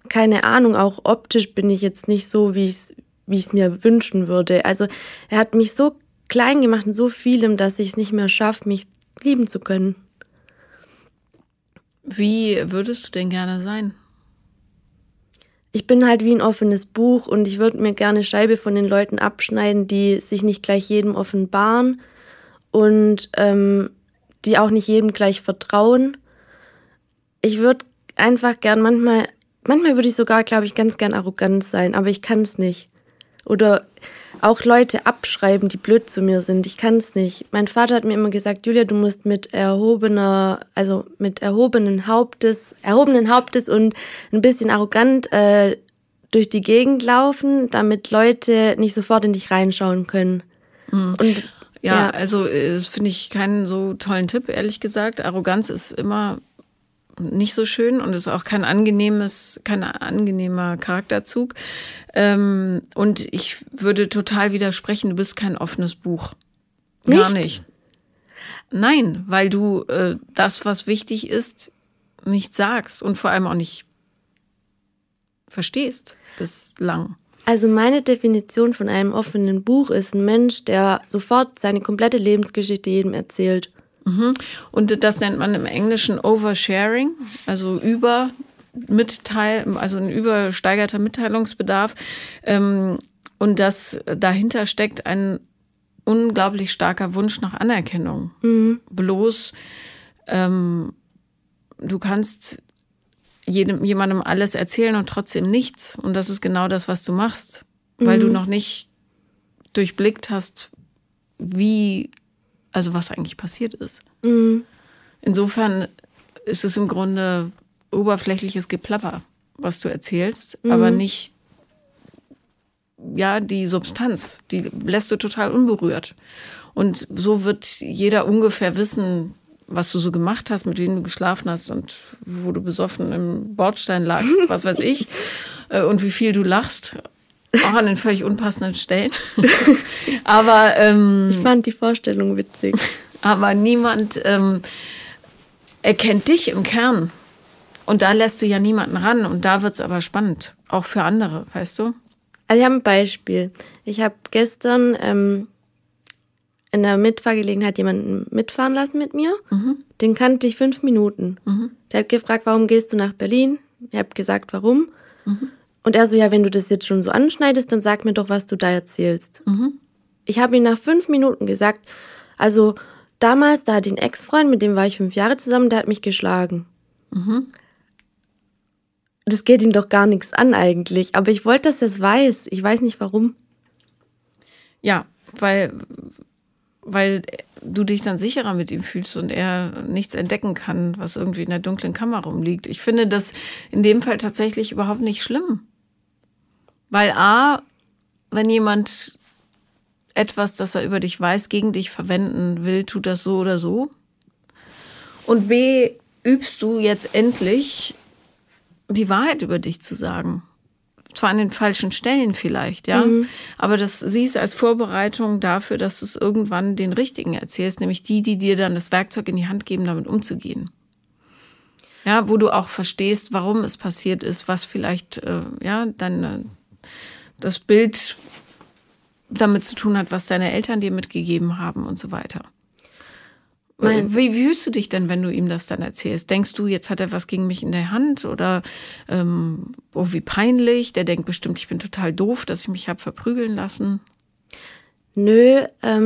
keine Ahnung, auch optisch bin ich jetzt nicht so, wie ich es mir wünschen würde. Also er hat mich so klein gemacht in so vielem, dass ich es nicht mehr schaffe, mich lieben zu können. Wie würdest du denn gerne sein? Ich bin halt wie ein offenes Buch und ich würde mir gerne Scheibe von den Leuten abschneiden, die sich nicht gleich jedem offenbaren und die auch nicht jedem gleich vertrauen. Ich würde einfach gern manchmal würde ich sogar, glaube ich, ganz gern arrogant sein, aber ich kann es nicht. Oder auch Leute abschreiben, die blöd zu mir sind. Ich kann es nicht. Mein Vater hat mir immer gesagt, Julia, du musst mit erhobenen Hauptes und ein bisschen arrogant durch die Gegend laufen, damit Leute nicht sofort in dich reinschauen können. Und ja, also das finde ich keinen so tollen Tipp, ehrlich gesagt. Arroganz ist immer nicht so schön und ist auch kein angenehmer Charakterzug. Und ich würde total widersprechen, du bist kein offenes Buch. Gar nicht. Nein, weil du das, was wichtig ist, nicht sagst und vor allem auch nicht verstehst bislang. Also meine Definition von einem offenen Buch ist ein Mensch, der sofort seine komplette Lebensgeschichte jedem erzählt. Und das nennt man im Englischen Oversharing, also also ein übersteigerter Mitteilungsbedarf. Und das dahinter steckt ein unglaublich starker Wunsch nach Anerkennung. Bloß du kannst jemandem alles erzählen und trotzdem nichts. Und das ist genau das, was du machst, weil du noch nicht durchblickt hast, was eigentlich passiert ist. Insofern ist es im Grunde oberflächliches Geplapper, was du erzählst, aber nicht die Substanz. Die lässt du total unberührt. Und so wird jeder ungefähr wissen, was du so gemacht hast, mit wem du geschlafen hast und wo du besoffen im Bordstein lagst, was weiß ich, und wie viel du lachst. Auch an den völlig unpassenden Stellen. Aber ich fand die Vorstellung witzig. Aber niemand erkennt dich im Kern. Und da lässt du ja niemanden ran. Und da wird es aber spannend. Auch für andere, weißt du? Also ich habe ein Beispiel. Ich habe gestern in der Mitfahrgelegenheit jemanden mitfahren lassen mit mir. Den kannte ich 5 Minuten. Der hat gefragt, warum gehst du nach Berlin? Ich habe gesagt, warum. Und er so, ja, wenn du das jetzt schon so anschneidest, dann sag mir doch, was du da erzählst. Ich habe ihm nach 5 Minuten gesagt, also damals, da hatte ich einen Ex-Freund, mit dem war ich 5 Jahre zusammen, der hat mich geschlagen. Das geht ihn doch gar nichts an eigentlich. Aber ich wollte, dass er es weiß. Ich weiß nicht, warum. Ja, weil du dich dann sicherer mit ihm fühlst und er nichts entdecken kann, was irgendwie in der dunklen Kammer rumliegt. Ich finde das in dem Fall tatsächlich überhaupt nicht schlimm. Weil wenn jemand etwas, das er über dich weiß, gegen dich verwenden will, tut das so oder so. Und B, übst du jetzt endlich die Wahrheit über dich zu sagen. Zwar an den falschen Stellen vielleicht, ja, aber das siehst als Vorbereitung dafür, dass du es irgendwann den Richtigen erzählst, nämlich die dir dann das Werkzeug in die Hand geben, damit umzugehen. Ja, wo du auch verstehst, warum es passiert ist, was vielleicht, dann das Bild damit zu tun hat, was deine Eltern dir mitgegeben haben und so weiter. Wie fühlst du dich denn, wenn du ihm das dann erzählst? Denkst du, jetzt hat er was gegen mich in der Hand? Oder, wie peinlich, der denkt bestimmt, ich bin total doof, dass ich mich habe verprügeln lassen? Nö,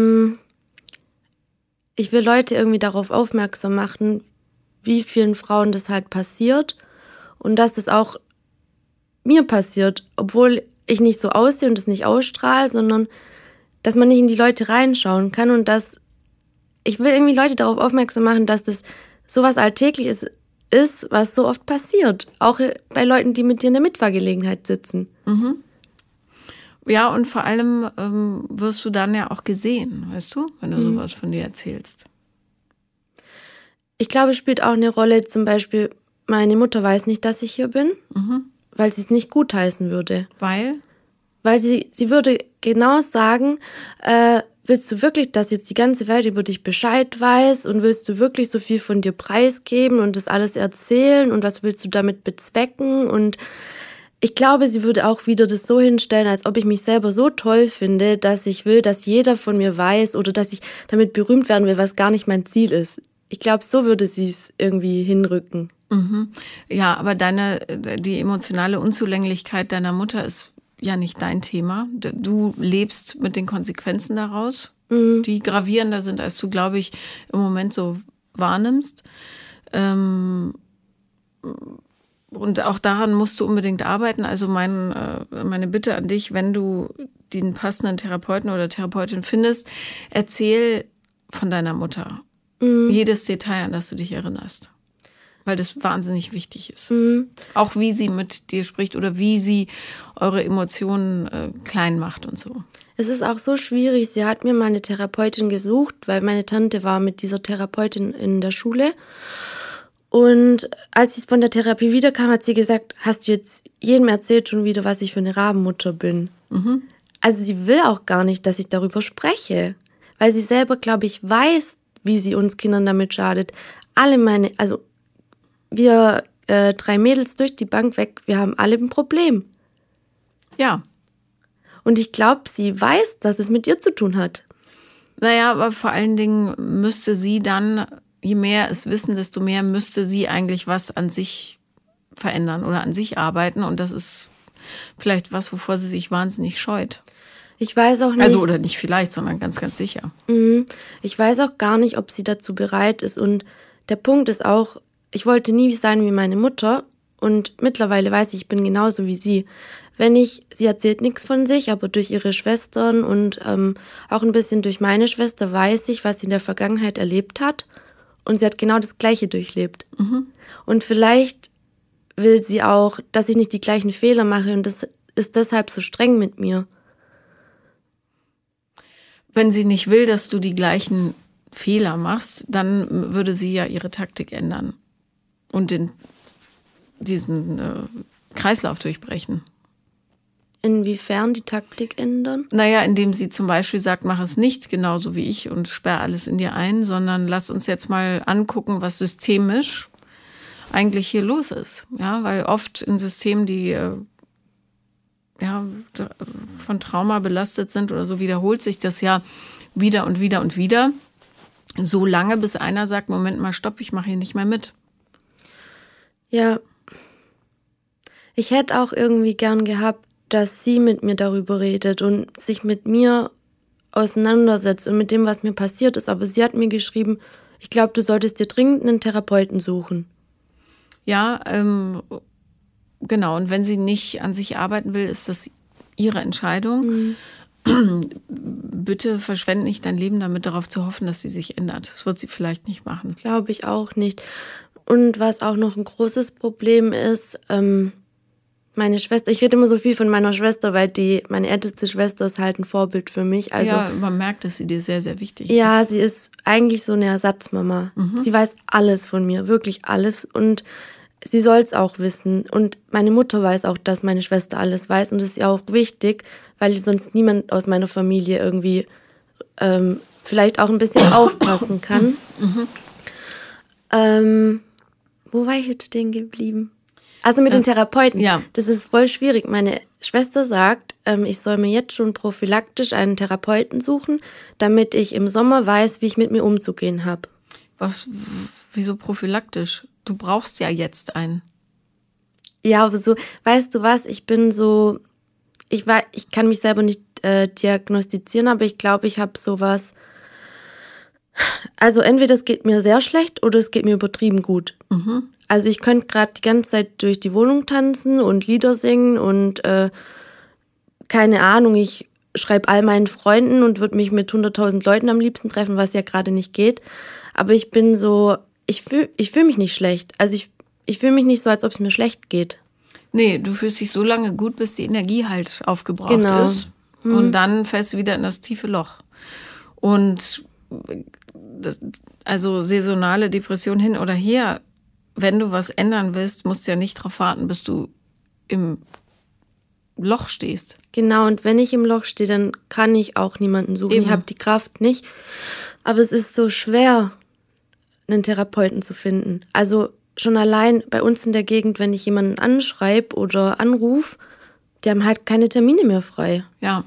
ich will Leute irgendwie darauf aufmerksam machen, wie vielen Frauen das halt passiert. Und dass das auch mir passiert, obwohl ich nicht so aussehe und das nicht ausstrahle, sondern dass man nicht in die Leute reinschauen kann und dass ich will irgendwie Leute darauf aufmerksam machen, dass das sowas Alltägliches ist, was so oft passiert. Auch bei Leuten, die mit dir in der Mitfahrgelegenheit sitzen. Ja, und vor allem wirst du dann ja auch gesehen, weißt du, wenn du sowas von dir erzählst. Ich glaube, es spielt auch eine Rolle, zum Beispiel, meine Mutter weiß nicht, dass ich hier bin, weil sie es nicht gutheißen würde. Weil? Weil sie würde genau sagen, willst du wirklich, dass jetzt die ganze Welt über dich Bescheid weiß und willst du wirklich so viel von dir preisgeben und das alles erzählen und was willst du damit bezwecken? Und Ich glaube, sie würde auch wieder das so hinstellen, als ob ich mich selber so toll finde, dass ich will, dass jeder von mir weiß oder dass ich damit berühmt werden will, was gar nicht mein Ziel ist. Ich glaube, so würde sie es irgendwie hinrücken. Mhm. Ja, aber die emotionale Unzulänglichkeit deiner Mutter ist ja nicht dein Thema. Du lebst mit den Konsequenzen daraus, die gravierender sind, als du, glaube ich, im Moment so wahrnimmst. Und auch daran musst du unbedingt arbeiten. Also meine Bitte an dich, wenn du den passenden Therapeuten oder Therapeutin findest, erzähl von deiner Mutter. Jedes Detail, an das du dich erinnerst. Weil das wahnsinnig wichtig ist. Auch wie sie mit dir spricht oder wie sie eure Emotionen klein macht und so. Es ist auch so schwierig. Sie hat mir mal eine Therapeutin gesucht, weil meine Tante war mit dieser Therapeutin in der Schule. Und als ich von der Therapie wiederkam, hat sie gesagt, hast du jetzt jedem erzählt schon wieder, was ich für eine Rabenmutter bin? Also sie will auch gar nicht, dass ich darüber spreche. Weil sie selber, glaube ich, weiß, wie sie uns Kindern damit schadet. Wir 3 Mädels durch die Bank weg, wir haben alle ein Problem. Ja. Und ich glaube, sie weiß, dass es mit ihr zu tun hat. Naja, aber vor allen Dingen müsste sie dann, je mehr es wissen, desto mehr müsste sie eigentlich was an sich verändern oder an sich arbeiten. Und das ist vielleicht was, wovor sie sich wahnsinnig scheut. Ich weiß auch nicht. Also, oder nicht vielleicht, sondern ganz, ganz sicher. Ich weiß auch gar nicht, ob sie dazu bereit ist. Und der Punkt ist auch, ich wollte nie sein wie meine Mutter. Und mittlerweile weiß ich bin genauso wie sie. Sie erzählt nichts von sich, aber durch ihre Schwestern und auch ein bisschen durch meine Schwester weiß ich, was sie in der Vergangenheit erlebt hat. Und sie hat genau das Gleiche durchlebt. Und vielleicht will sie auch, dass ich nicht die gleichen Fehler mache und das ist deshalb so streng mit mir. Wenn sie nicht will, dass du die gleichen Fehler machst, dann würde sie ja ihre Taktik ändern und diesen Kreislauf durchbrechen. Inwiefern die Taktik ändern? Naja, indem sie zum Beispiel sagt, mach es nicht genauso wie ich und sperr alles in dir ein, sondern lass uns jetzt mal angucken, was systemisch eigentlich hier los ist. Ja, weil oft in Systemen, die von Trauma belastet sind oder so, wiederholt sich das ja wieder und wieder und wieder. So lange, bis einer sagt, Moment mal, stopp, ich mache hier nicht mehr mit. Ja. Ich hätte auch irgendwie gern gehabt, dass sie mit mir darüber redet und sich mit mir auseinandersetzt und mit dem, was mir passiert ist. Aber sie hat mir geschrieben, ich glaube, du solltest dir dringend einen Therapeuten suchen. Ja, genau. Und wenn sie nicht an sich arbeiten will, ist das ihre Entscheidung. Bitte verschwende nicht dein Leben damit, darauf zu hoffen, dass sie sich ändert. Das wird sie vielleicht nicht machen. Glaube ich auch nicht. Und was auch noch ein großes Problem ist, meine Schwester, ich rede immer so viel von meiner Schwester, weil meine älteste Schwester ist halt ein Vorbild für mich. Also, ja, man merkt, dass sie dir sehr, sehr wichtig ist. Ja, sie ist eigentlich so eine Ersatzmama. Sie weiß alles von mir, wirklich alles. Und sie soll es auch wissen. Und meine Mutter weiß auch, dass meine Schwester alles weiß. Und das ist ja auch wichtig, weil sonst niemand aus meiner Familie irgendwie vielleicht auch ein bisschen aufpassen kann. Wo war ich jetzt stehen geblieben? Also mit den Therapeuten. Ja. Das ist voll schwierig. Meine Schwester sagt, ich soll mir jetzt schon prophylaktisch einen Therapeuten suchen, damit ich im Sommer weiß, wie ich mit mir umzugehen habe. Wieso prophylaktisch? Du brauchst ja jetzt einen. Ja, aber so, weißt du was, ich bin so, ich kann mich selber nicht diagnostizieren, aber ich glaube, ich habe sowas. Also entweder es geht mir sehr schlecht oder es geht mir übertrieben gut. Also ich könnte gerade die ganze Zeit durch die Wohnung tanzen und Lieder singen und keine Ahnung, ich schreibe all meinen Freunden und würde mich mit 100.000 Leuten am liebsten treffen, was ja gerade nicht geht. Aber ich bin so, ich fühl mich nicht schlecht. Also ich fühle mich nicht so, als ob es mir schlecht geht. Nee, du fühlst dich so lange gut, bis die Energie halt aufgebraucht ist. Und dann fällst du wieder in das tiefe Loch. Und also saisonale Depression hin oder her, wenn du was ändern willst, musst du ja nicht darauf warten, bis du im Loch stehst. Genau, und wenn ich im Loch stehe, dann kann ich auch niemanden suchen. Eben. Ich habe die Kraft nicht. Aber es ist so schwer, einen Therapeuten zu finden. Also schon allein bei uns in der Gegend, wenn ich jemanden anschreibe oder anrufe, die haben halt keine Termine mehr frei. Ja,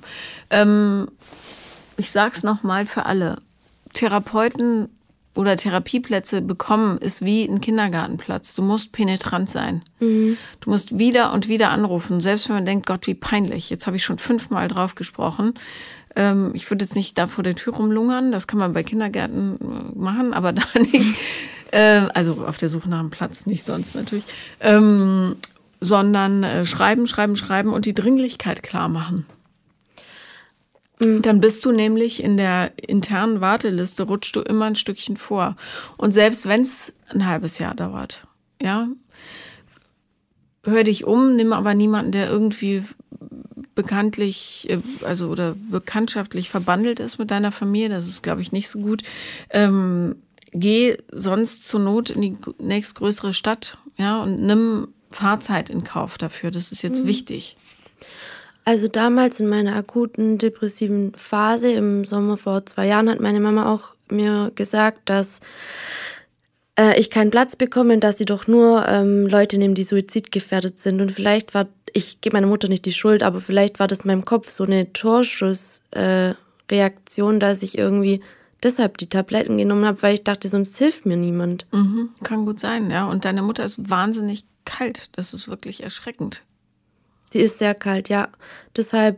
ich sag's nochmal für alle. Therapeuten oder Therapieplätze bekommen ist wie ein Kindergartenplatz. Du musst penetrant sein. Du musst wieder und wieder anrufen, selbst wenn man denkt, Gott, wie peinlich. Jetzt habe ich schon 5-mal drauf gesprochen. Ich würde jetzt nicht da vor der Tür rumlungern, das kann man bei Kindergärten machen, aber da nicht. Also auf der Suche nach einem Platz, nicht sonst natürlich. Sondern schreiben und die Dringlichkeit klar machen. Dann bist du nämlich in der internen Warteliste, rutschst du immer ein Stückchen vor. Und selbst wenn es ein halbes Jahr dauert, ja, hör dich um, nimm aber niemanden, der irgendwie bekanntlich, oder bekanntschaftlich verbandelt ist mit deiner Familie. Das ist, glaube ich, nicht so gut. Geh sonst zur Not in die nächstgrößere Stadt, ja, und nimm Fahrzeit in Kauf dafür. Das ist jetzt wichtig. Also damals in meiner akuten depressiven Phase im Sommer vor 2 Jahren hat meine Mama auch mir gesagt, dass ich keinen Platz bekomme und dass sie doch nur Leute nehmen, die suizidgefährdet sind. Und vielleicht ich gebe meiner Mutter nicht die Schuld, aber vielleicht war das in meinem Kopf so eine Torschussreaktion, dass ich irgendwie deshalb die Tabletten genommen habe, weil ich dachte, sonst hilft mir niemand. Kann gut sein, ja. Und deine Mutter ist wahnsinnig kalt. Das ist wirklich erschreckend. Sie ist sehr kalt, ja. Deshalb,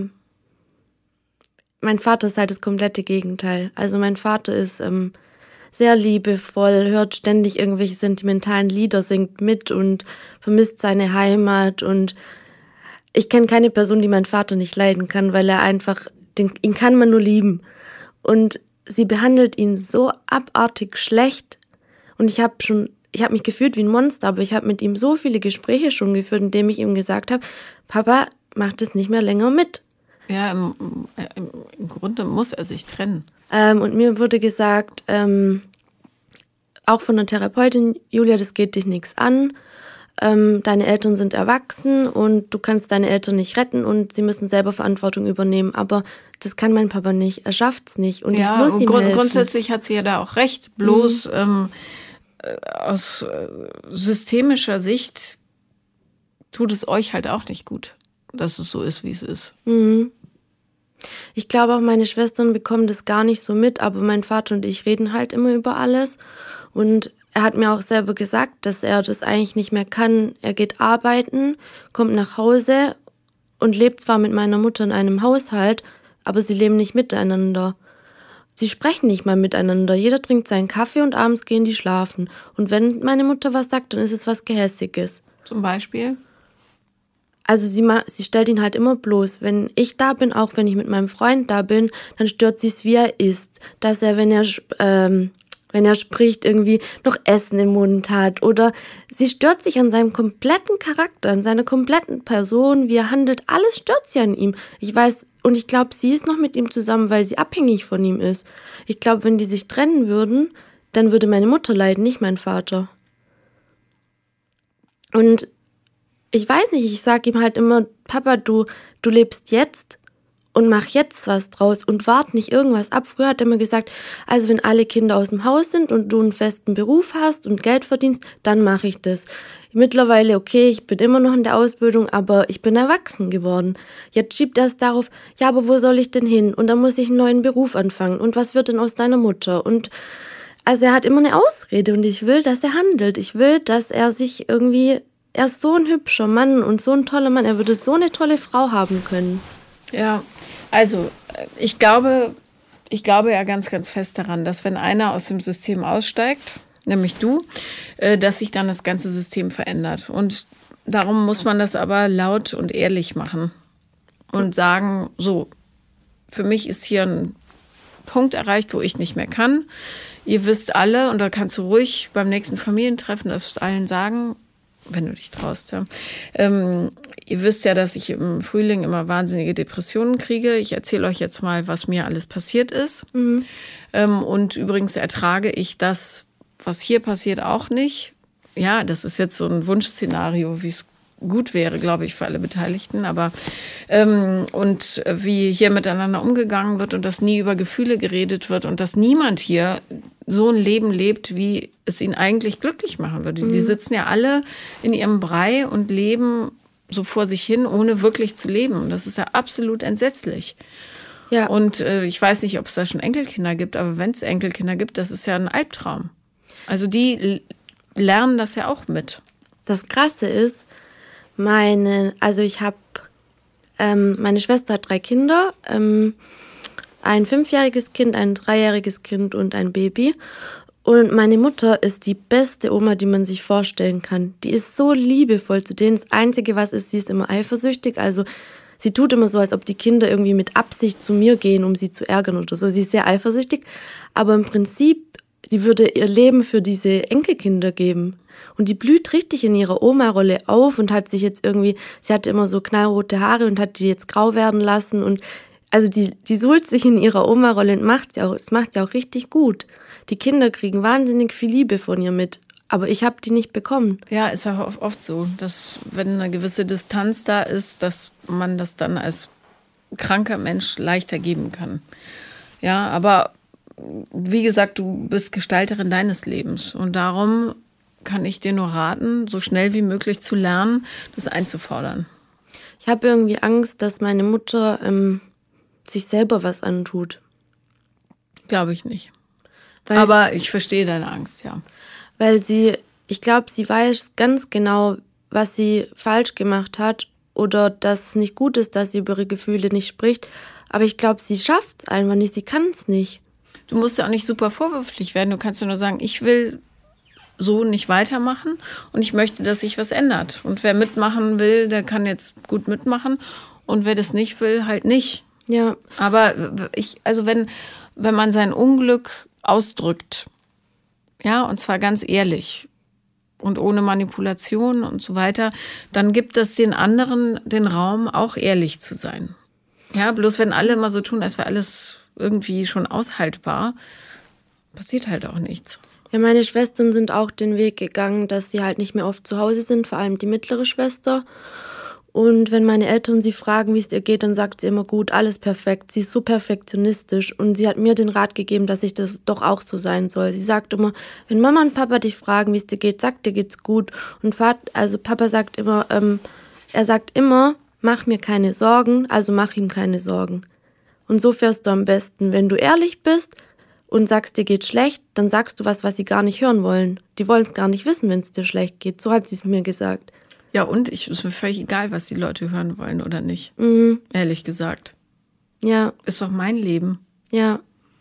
mein Vater ist halt das komplette Gegenteil. Also mein Vater ist sehr liebevoll, hört ständig irgendwelche sentimentalen Lieder, singt mit und vermisst seine Heimat. Und ich kenne keine Person, die meinen Vater nicht leiden kann, weil er einfach, ihn kann man nur lieben. Und sie behandelt ihn so abartig schlecht. Und ich habe mich gefühlt wie ein Monster, aber ich habe mit ihm so viele Gespräche schon geführt, indem ich ihm gesagt habe, Papa, mach das nicht mehr länger mit. Ja, im Grunde muss er sich trennen. Und mir wurde gesagt, auch von der Therapeutin, Julia, das geht dich nichts an. Deine Eltern sind erwachsen und du kannst deine Eltern nicht retten und sie müssen selber Verantwortung übernehmen. Aber das kann mein Papa nicht. Er schafft's nicht. Und ja, ich muss ihm helfen. Grundsätzlich hat sie ja da auch recht. Bloß aus systemischer Sicht tut es euch halt auch nicht gut, dass es so ist, wie es ist. Ich glaube auch, meine Schwestern bekommen das gar nicht so mit, aber mein Vater und ich reden halt immer über alles. Und er hat mir auch selber gesagt, dass er das eigentlich nicht mehr kann. Er geht arbeiten, kommt nach Hause und lebt zwar mit meiner Mutter in einem Haushalt, aber sie leben nicht miteinander. Sie sprechen nicht mal miteinander. Jeder trinkt seinen Kaffee und abends gehen die schlafen. Und wenn meine Mutter was sagt, dann ist es was Gehässiges. Zum Beispiel? Also sie stellt ihn halt immer bloß. Wenn ich da bin, auch wenn ich mit meinem Freund da bin, dann stört sie es, wie er isst. Dass er, wenn er spricht, irgendwie noch Essen im Mund hat. Oder sie stört sich an seinem kompletten Charakter, an seiner kompletten Person, wie er handelt. Alles stört sie an ihm. Ich weiß, und ich glaube, sie ist noch mit ihm zusammen, weil sie abhängig von ihm ist. Ich glaube, wenn die sich trennen würden, dann würde meine Mutter leiden, nicht mein Vater. Und ich weiß nicht, ich sage ihm halt immer, Papa, du lebst jetzt und mach jetzt was draus und wart nicht irgendwas ab. Früher hat er mir gesagt, also wenn alle Kinder aus dem Haus sind und du einen festen Beruf hast und Geld verdienst, dann mache ich das. Mittlerweile, okay, ich bin immer noch in der Ausbildung, aber ich bin erwachsen geworden. Jetzt schiebt er es darauf, ja, aber wo soll ich denn hin? Und dann muss ich einen neuen Beruf anfangen. Und was wird denn aus deiner Mutter? Und also er hat immer eine Ausrede und ich will, dass er handelt. Ich will, dass er sich irgendwie, er ist so ein hübscher Mann und so ein toller Mann, er würde so eine tolle Frau haben können. Ja, also ich glaube ja ganz, ganz fest daran, dass wenn einer aus dem System aussteigt, nämlich du, dass sich dann das ganze System verändert. Und darum muss man das aber laut und ehrlich machen und sagen, so, für mich ist hier ein Punkt erreicht, wo ich nicht mehr kann. Ihr wisst alle, und da kannst du ruhig beim nächsten Familientreffen das allen sagen, wenn du dich traust. Ja. Ihr wisst ja, dass ich im Frühling immer wahnsinnige Depressionen kriege. Ich erzähle euch jetzt mal, was mir alles passiert ist. Und übrigens ertrage ich das, was hier passiert, auch nicht. Ja, das ist jetzt so ein Wunschszenario, wie es gut wäre, glaube ich, für alle Beteiligten. Aber und wie hier miteinander umgegangen wird und dass nie über Gefühle geredet wird und dass niemand hier so ein Leben lebt, wie es ihn eigentlich glücklich machen würde. Die sitzen ja alle in ihrem Brei und leben so vor sich hin, ohne wirklich zu leben. Und das ist ja absolut entsetzlich. Ja. Und ich weiß nicht, ob es da schon Enkelkinder gibt, aber wenn es Enkelkinder gibt, das ist ja ein Albtraum. Also die lernen das ja auch mit. Das Krasse ist, meine Schwester hat 3 Kinder, ein 5-jähriges Kind, ein 3-jähriges Kind und ein Baby. Und meine Mutter ist die beste Oma, die man sich vorstellen kann. Die ist so liebevoll zu denen. Das Einzige, was ist, sie ist immer eifersüchtig. Also sie tut immer so, als ob die Kinder irgendwie mit Absicht zu mir gehen, um sie zu ärgern oder so. Sie ist sehr eifersüchtig. Aber im Prinzip, sie würde ihr Leben für diese Enkelkinder geben. Und die blüht richtig in ihrer Oma-Rolle auf und hat sich jetzt irgendwie, sie hatte immer so knallrote Haare und hat die jetzt grau werden lassen. Und also die suhlt sich in ihrer Oma-Rolle und das macht sie auch richtig gut. Die Kinder kriegen wahnsinnig viel Liebe von ihr mit. Aber ich habe die nicht bekommen. Ja, ist ja oft so, dass wenn eine gewisse Distanz da ist, dass man das dann als kranker Mensch leichter geben kann. Ja, aber wie gesagt, du bist Gestalterin deines Lebens. Und darum kann ich dir nur raten, so schnell wie möglich zu lernen, das einzufordern. Ich habe irgendwie Angst, dass meine Mutter sich selber was antut. Glaube ich nicht. Aber ich verstehe deine Angst, ja. Weil ich glaube, sie weiß ganz genau, was sie falsch gemacht hat oder dass es nicht gut ist, dass sie über ihre Gefühle nicht spricht. Aber ich glaube, sie schafft es einfach nicht, sie kann es nicht. Du musst ja auch nicht super vorwürflich werden. Du kannst ja nur sagen, ich will so nicht weitermachen und ich möchte, dass sich was ändert. Und wer mitmachen will, der kann jetzt gut mitmachen. Und wer das nicht will, halt nicht. Ja. Aber wenn man sein Unglück ausdrückt, ja, und zwar ganz ehrlich und ohne Manipulation und so weiter, dann gibt es den anderen den Raum, auch ehrlich zu sein. Ja, bloß wenn alle immer so tun, als wäre alles irgendwie schon aushaltbar, passiert halt auch nichts. Ja, meine Schwestern sind auch den Weg gegangen, dass sie halt nicht mehr oft zu Hause sind, vor allem die mittlere Schwester. Und wenn meine Eltern sie fragen, wie es ihr geht, dann sagt sie immer, gut, alles perfekt. Sie ist so perfektionistisch und sie hat mir den Rat gegeben, dass ich das doch auch so sein soll. Sie sagt immer, wenn Mama und Papa dich fragen, wie es dir geht, sag dir geht's gut. Und Papa sagt immer, er sagt immer, mach mir keine Sorgen, also mach ihm keine Sorgen. Und so fährst du am besten. Wenn du ehrlich bist und sagst, dir geht schlecht, dann sagst du was sie gar nicht hören wollen. Die wollen es gar nicht wissen, wenn es dir schlecht geht. So hat sie es mir gesagt. Ja, und ist mir völlig egal, was die Leute hören wollen oder nicht. Ehrlich gesagt. Ja. Ist doch mein Leben. Ja.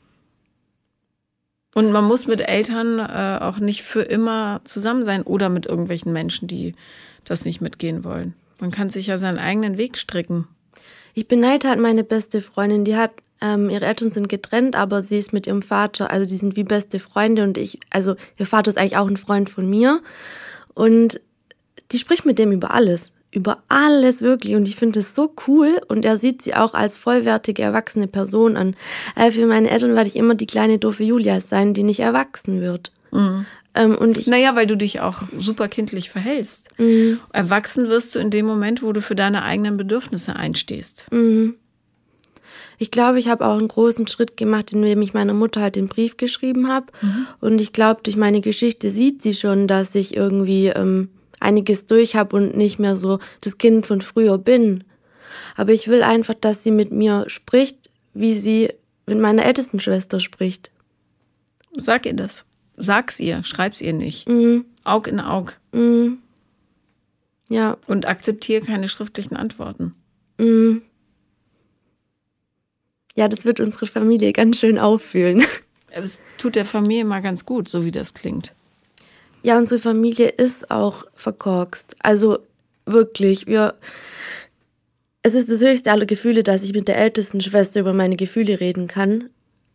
Und man muss mit Eltern auch nicht für immer zusammen sein oder mit irgendwelchen Menschen, die das nicht mitgehen wollen. Man kann sich ja seinen eigenen Weg stricken. Ich beneide halt meine beste Freundin, die hat, ihre Eltern sind getrennt, aber sie ist mit ihrem Vater, also die sind wie beste Freunde und ihr Vater ist eigentlich auch ein Freund von mir und die spricht mit dem über alles wirklich und ich finde das so cool und er sieht sie auch als vollwertige, erwachsene Person an. Für meine Eltern werde ich immer die kleine doofe Julia sein, die nicht erwachsen wird. Mhm. Weil du dich auch super kindlich verhältst. Mhm. Erwachsen wirst du in dem Moment, wo du für deine eigenen Bedürfnisse einstehst. Mhm. Ich glaube, ich habe auch einen großen Schritt gemacht, indem ich meiner Mutter halt den Brief geschrieben habe. Mhm. Und ich glaube, durch meine Geschichte sieht sie schon, dass ich irgendwie einiges durch habe und nicht mehr so das Kind von früher bin. Aber ich will einfach, dass sie mit mir spricht, wie sie mit meiner ältesten Schwester spricht. Sag ihr das. Sag's ihr, schreib's ihr nicht. Mhm. Aug in Aug. Mhm. Ja. Und akzeptiere keine schriftlichen Antworten. Mhm. Ja, das wird unsere Familie ganz schön auffühlen. Es tut der Familie mal ganz gut, so wie das klingt. Ja, unsere Familie ist auch verkorkst. Also wirklich, es ist das höchste aller Gefühle, dass ich mit der ältesten Schwester über meine Gefühle reden kann.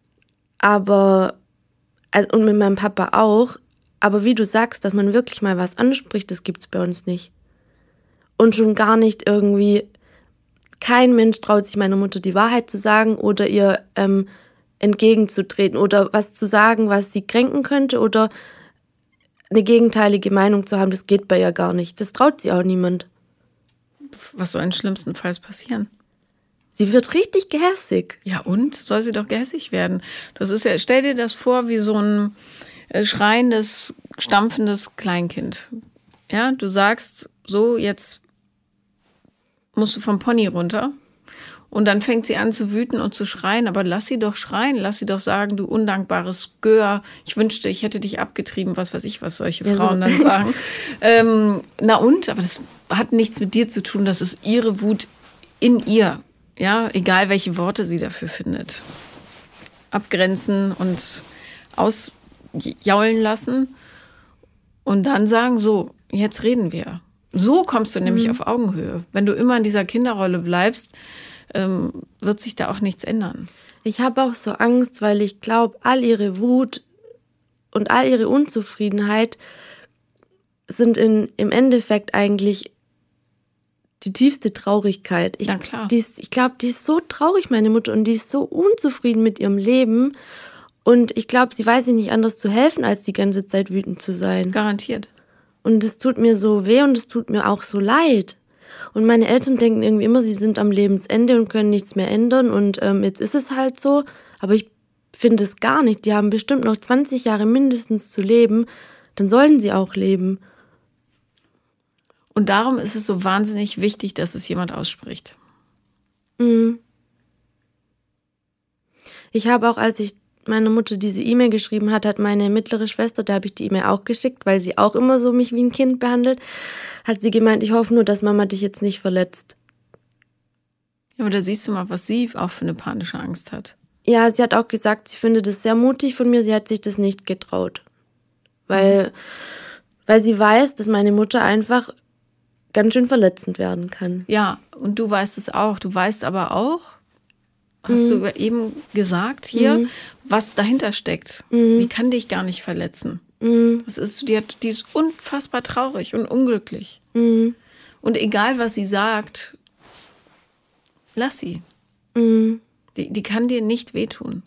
Und mit meinem Papa auch. Aber wie du sagst, dass man wirklich mal was anspricht, das gibt's bei uns nicht. Und schon gar nicht irgendwie, kein Mensch traut sich meiner Mutter die Wahrheit zu sagen oder ihr entgegenzutreten oder was zu sagen, was sie kränken könnte oder eine gegenteilige Meinung zu haben, das geht bei ihr gar nicht. Das traut sie auch niemand. Was soll im schlimmsten Fall passieren? Sie wird richtig gehässig. Ja, und? Soll sie doch gehässig werden? Das ist ja, stell dir das vor wie so ein schreiendes, stampfendes Kleinkind. Ja, du sagst so, jetzt musst du vom Pony runter. Und dann fängt sie an zu wüten und zu schreien. Aber lass sie doch schreien. Lass sie doch sagen, du undankbares Gör. Ich wünschte, ich hätte dich abgetrieben. Was weiß ich, was solche Frauen dann sagen. Na und? Aber das hat nichts mit dir zu tun. Das ist ihre Wut in ihr. Ja, egal welche Worte sie dafür findet. Abgrenzen und ausjaulen lassen. Und dann sagen, so, jetzt reden wir. So kommst du nämlich auf Augenhöhe. Wenn du immer in dieser Kinderrolle bleibst, wird sich da auch nichts ändern. Ich habe auch so Angst, weil ich glaube, all ihre Wut und all ihre Unzufriedenheit sind im Endeffekt eigentlich die tiefste Traurigkeit. Na klar. Ich glaube, die ist so traurig, meine Mutter, und die ist so unzufrieden mit ihrem Leben. Und ich glaube, sie weiß sich nicht anders zu helfen, als die ganze Zeit wütend zu sein. Garantiert. Und es tut mir so weh und es tut mir auch so leid. Und meine Eltern denken irgendwie immer, sie sind am Lebensende und können nichts mehr ändern. Und jetzt ist es halt so. Aber ich finde es gar nicht. Die haben bestimmt noch 20 Jahre mindestens zu leben. Dann sollen sie auch leben. Und darum ist es so wahnsinnig wichtig, dass es jemand ausspricht. Ich habe auch, als ich meiner Mutter diese E-Mail geschrieben hat meine mittlere Schwester, da habe ich die E-Mail auch geschickt, weil sie auch immer so mich wie ein Kind behandelt, hat sie gemeint, ich hoffe nur, dass Mama dich jetzt nicht verletzt. Ja, aber da siehst du mal, was sie auch für eine panische Angst hat. Ja, sie hat auch gesagt, sie findet es sehr mutig von mir, sie hat sich das nicht getraut. Weil sie weiß, dass meine Mutter einfach ganz schön verletzend werden kann. Ja, und du weißt es auch. Du weißt aber auch, hast du eben gesagt hier, was dahinter steckt. Die kann dich gar nicht verletzen. Das ist, die ist unfassbar traurig und unglücklich. Und egal, was sie sagt, lass sie. Die kann dir nicht wehtun.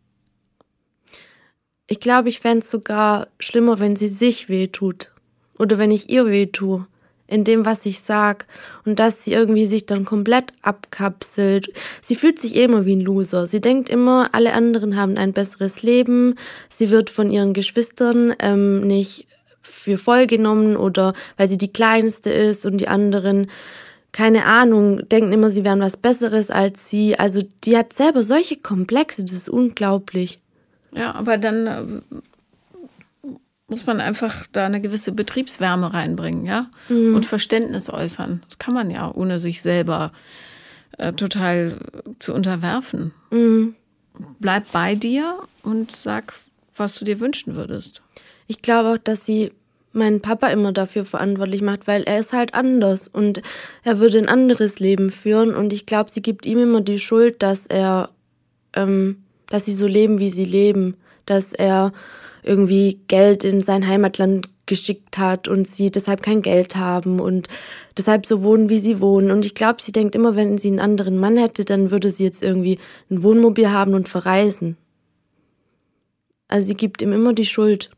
Ich glaube, ich fände es sogar schlimmer, wenn sie sich wehtut. Oder wenn ich ihr wehtue. In dem, was ich sag. Und dass sie irgendwie sich dann komplett abkapselt. Sie fühlt sich immer wie ein Loser. Sie denkt immer, alle anderen haben ein besseres Leben. Sie wird von ihren Geschwistern nicht für voll genommen oder weil sie die Kleinste ist und die anderen, keine Ahnung, denken immer, sie wären was Besseres als sie. Also die hat selber solche Komplexe, das ist unglaublich. Ja, aber dann muss man einfach da eine gewisse Betriebswärme reinbringen, ja? Und Verständnis äußern. Das kann man ja, ohne sich selber total zu unterwerfen. Bleib bei dir und sag, was du dir wünschen würdest. Ich glaube auch, dass sie meinen Papa immer dafür verantwortlich macht, weil er ist halt anders und er würde ein anderes Leben führen und ich glaube, sie gibt ihm immer die Schuld, dass sie so leben, wie sie leben, dass er irgendwie Geld in sein Heimatland geschickt hat und sie deshalb kein Geld haben und deshalb so wohnen, wie sie wohnen. Und ich glaube, sie denkt immer, wenn sie einen anderen Mann hätte, dann würde sie jetzt irgendwie ein Wohnmobil haben und verreisen. Also sie gibt ihm immer die Schuld.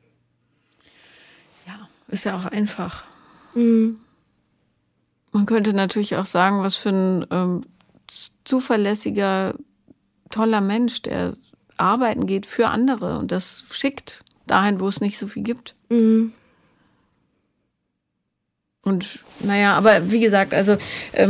Ja, ist ja auch einfach. Man könnte natürlich auch sagen, was für ein zuverlässiger, toller Mensch, der arbeiten geht für andere und das schickt dahin, wo es nicht so viel gibt. Und naja, aber wie gesagt, also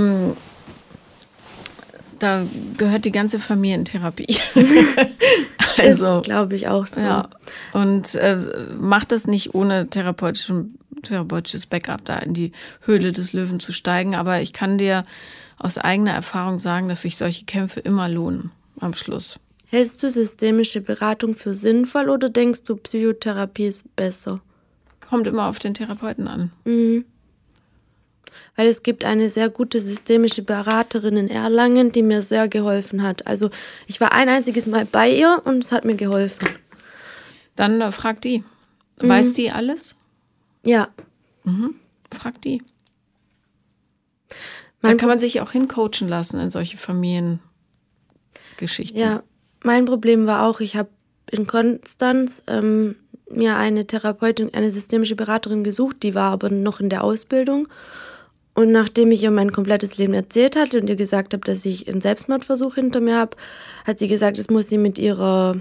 da gehört die ganze Familie in Therapie. Also glaube ich auch so. Ja. Und macht das nicht ohne therapeutisches Backup, da in die Höhle des Löwen zu steigen. Aber ich kann dir aus eigener Erfahrung sagen, dass sich solche Kämpfe immer lohnen am Schluss. Hältst du systemische Beratung für sinnvoll oder denkst du, Psychotherapie ist besser? Kommt immer auf den Therapeuten an. Weil es gibt eine sehr gute systemische Beraterin in Erlangen, die mir sehr geholfen hat. Also ich war ein einziges Mal bei ihr und es hat mir geholfen. Dann frag die. Weiß die alles? Ja. Frag die. Dann kann man sich auch hincoachen lassen in solche Familiengeschichten. Ja. Mein Problem war auch, ich habe in Konstanz mir eine Therapeutin, eine systemische Beraterin gesucht, die war aber noch in der Ausbildung. Und nachdem ich ihr mein komplettes Leben erzählt hatte und ihr gesagt habe, dass ich einen Selbstmordversuch hinter mir habe, hat sie gesagt, das muss sie mit ihrer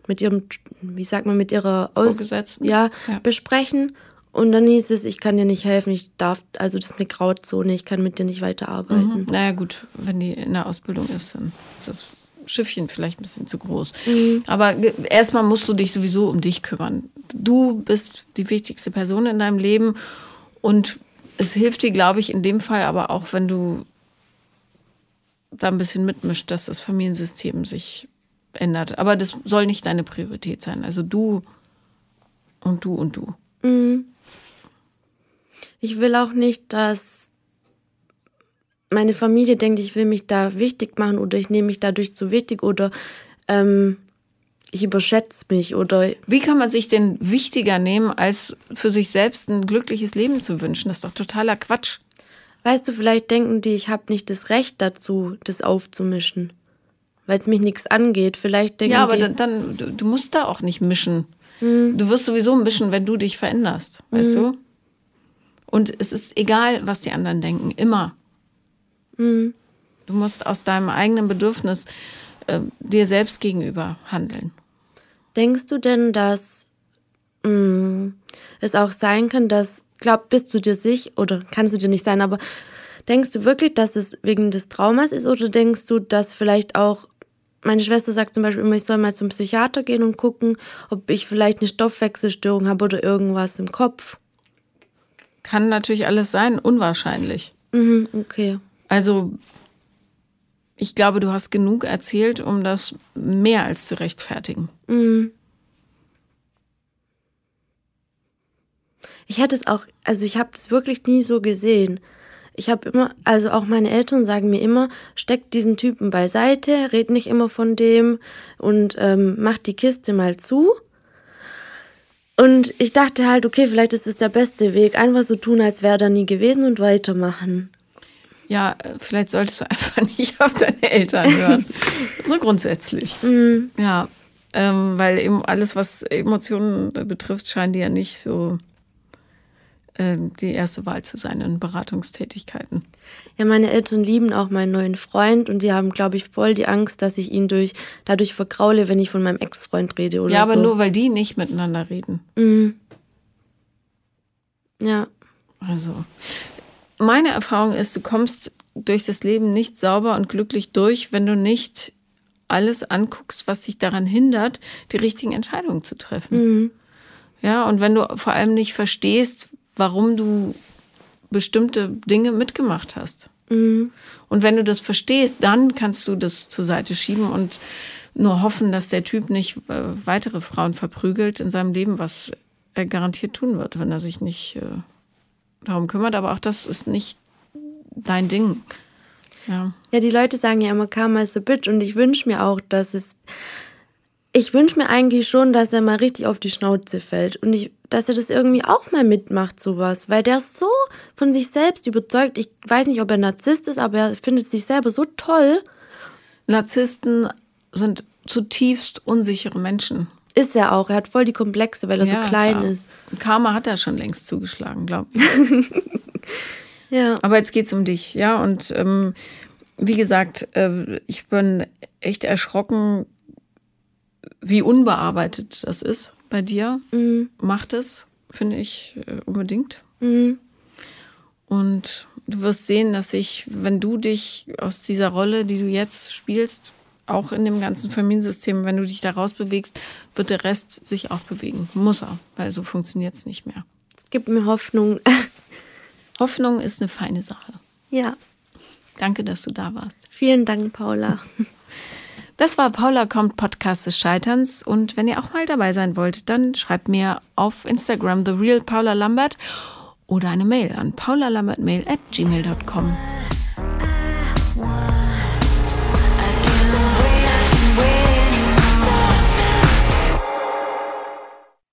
Vorgesetzten? Ja, besprechen. Und dann hieß es, ich kann dir nicht helfen, das ist eine Grauzone, ich kann mit dir nicht weiterarbeiten. Naja gut, wenn die in der Ausbildung ist, dann ist das Schiffchen vielleicht ein bisschen zu groß. Aber erstmal musst du dich sowieso um dich kümmern. Du bist die wichtigste Person in deinem Leben und es hilft dir, glaube ich, in dem Fall aber auch, wenn du da ein bisschen mitmischt, dass das Familiensystem sich ändert. Aber das soll nicht deine Priorität sein. Also du und du und du. Ich will auch nicht, dass meine Familie denkt, ich will mich da wichtig machen oder ich nehme mich dadurch zu wichtig oder ich überschätze mich oder... Wie kann man sich denn wichtiger nehmen, als für sich selbst ein glückliches Leben zu wünschen? Das ist doch totaler Quatsch. Weißt du, vielleicht denken die, ich habe nicht das Recht dazu, das aufzumischen, weil es mich nichts angeht. Vielleicht denken ja, aber die... du musst da auch nicht mischen. Du wirst sowieso mischen, wenn du dich veränderst, weißt du? Und es ist egal, was die anderen denken, immer. Du musst aus deinem eigenen Bedürfnis dir selbst gegenüber handeln. Denkst du denn, dass es auch sein kann, dass, bist du dir sicher, oder kannst du dir nicht sein, aber denkst du wirklich, dass es wegen des Traumas ist oder denkst du, dass vielleicht auch, meine Schwester sagt zum Beispiel immer, ich soll mal zum Psychiater gehen und gucken, ob ich vielleicht eine Stoffwechselstörung habe oder irgendwas im Kopf? Kann natürlich alles sein, unwahrscheinlich. Okay. Also ich glaube, du hast genug erzählt, um das mehr als zu rechtfertigen. Ich hätte es auch, ich habe das wirklich nie so gesehen. Ich habe immer, auch meine Eltern sagen mir immer, steck diesen Typen beiseite, red nicht immer von dem und mach die Kiste mal zu. Und ich dachte halt, okay, vielleicht ist es der beste Weg, einfach so tun, als wäre er nie gewesen und weitermachen. Ja, vielleicht solltest du einfach nicht auf deine Eltern hören. So grundsätzlich. Ja, weil eben alles, was Emotionen betrifft, scheinen die ja nicht so die erste Wahl zu sein in Beratungstätigkeiten. Ja, meine Eltern lieben auch meinen neuen Freund und sie haben, glaube ich, voll die Angst, dass ich ihn dadurch vergraule, wenn ich von meinem Ex-Freund rede oder so. Ja, aber nur, weil die nicht miteinander reden. Ja. Also, meine Erfahrung ist, du kommst durch das Leben nicht sauber und glücklich durch, wenn du nicht alles anguckst, was dich daran hindert, die richtigen Entscheidungen zu treffen. Ja, und wenn du vor allem nicht verstehst, warum du bestimmte Dinge mitgemacht hast. Und wenn du das verstehst, dann kannst du das zur Seite schieben und nur hoffen, dass der Typ nicht weitere Frauen verprügelt in seinem Leben, was er garantiert tun wird, wenn er sich nicht darum kümmert. Aber auch das ist nicht dein Ding. Ja, die Leute sagen ja immer, Karma is a bitch und ich wünsche mir auch, ich wünsche mir eigentlich schon, dass er mal richtig auf die Schnauze fällt und dass er das irgendwie auch mal mitmacht, sowas, weil der ist so von sich selbst überzeugt. Ich weiß nicht, ob er Narzisst ist, aber er findet sich selber so toll. Narzissten sind zutiefst unsichere Menschen. Ist er auch. Er hat voll die Komplexe, weil er so klein ist. Und Karma hat er schon längst zugeschlagen, glaube ich. Ja. Aber jetzt geht's um dich, ja. Und wie gesagt, ich bin echt erschrocken, wie unbearbeitet das ist bei dir. Macht es, finde ich, unbedingt. Und du wirst sehen, dass wenn du dich aus dieser Rolle, die du jetzt spielst, auch in dem ganzen Familiensystem, wenn du dich da rausbewegst, wird der Rest sich auch bewegen. Muss er, weil so funktioniert es nicht mehr. Es gibt mir Hoffnung. Hoffnung ist eine feine Sache. Ja. Danke, dass du da warst. Vielen Dank, Paula. Das war Paula kommt, Podcast des Scheiterns. Und wenn ihr auch mal dabei sein wollt, dann schreibt mir auf Instagram TheRealPaulaLambert oder eine Mail an paulalambertmail@gmail.com.